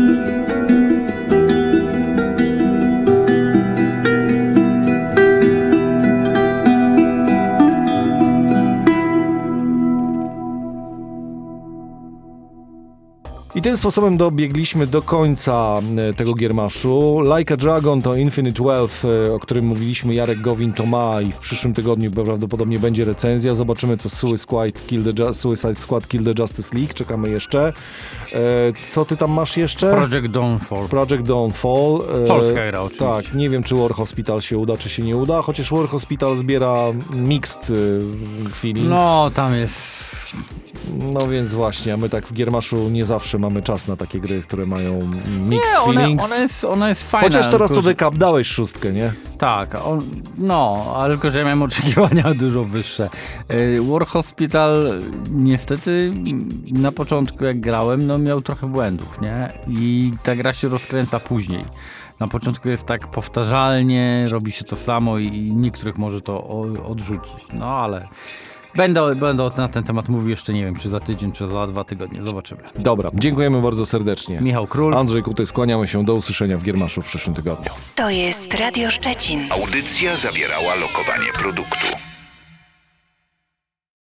I tym sposobem dobiegliśmy do końca tego giermaszu. Like a Dragon to Infinite Wealth, o którym mówiliśmy, Jarek Gowin to ma i w przyszłym tygodniu prawdopodobnie będzie recenzja. Zobaczymy, co Suicide Squad Kill the Justice League. Czekamy jeszcze. Co ty tam masz jeszcze? Project Dawnfall. Polska gra oczywiście. Tak, nie wiem, czy War Hospital się uda, czy się nie uda, chociaż War Hospital zbiera mixed feelings. No, tam jest... No więc właśnie, a my tak w giermaszu nie zawsze mamy czas na takie gry, które mają mixed feelings. Ona jest fajna. Chociaż teraz to wykap dałeś 6, nie? Tak, ale tylko, że ja miałem oczekiwania dużo wyższe. War Hospital niestety na początku jak grałem, no miał trochę błędów, nie? I ta gra się rozkręca później. Na początku jest tak powtarzalnie, robi się to samo i niektórych może to odrzucić, no ale... Będę na ten temat mówił jeszcze, nie wiem, czy za tydzień, czy za 2 tygodnie. Zobaczymy. Dobra, dziękujemy bardzo serdecznie. Michał Król. Andrzej Kuty, skłaniamy się do usłyszenia w giermaszu w przyszłym tygodniu. To jest Radio Szczecin. Audycja zawierała lokowanie produktu.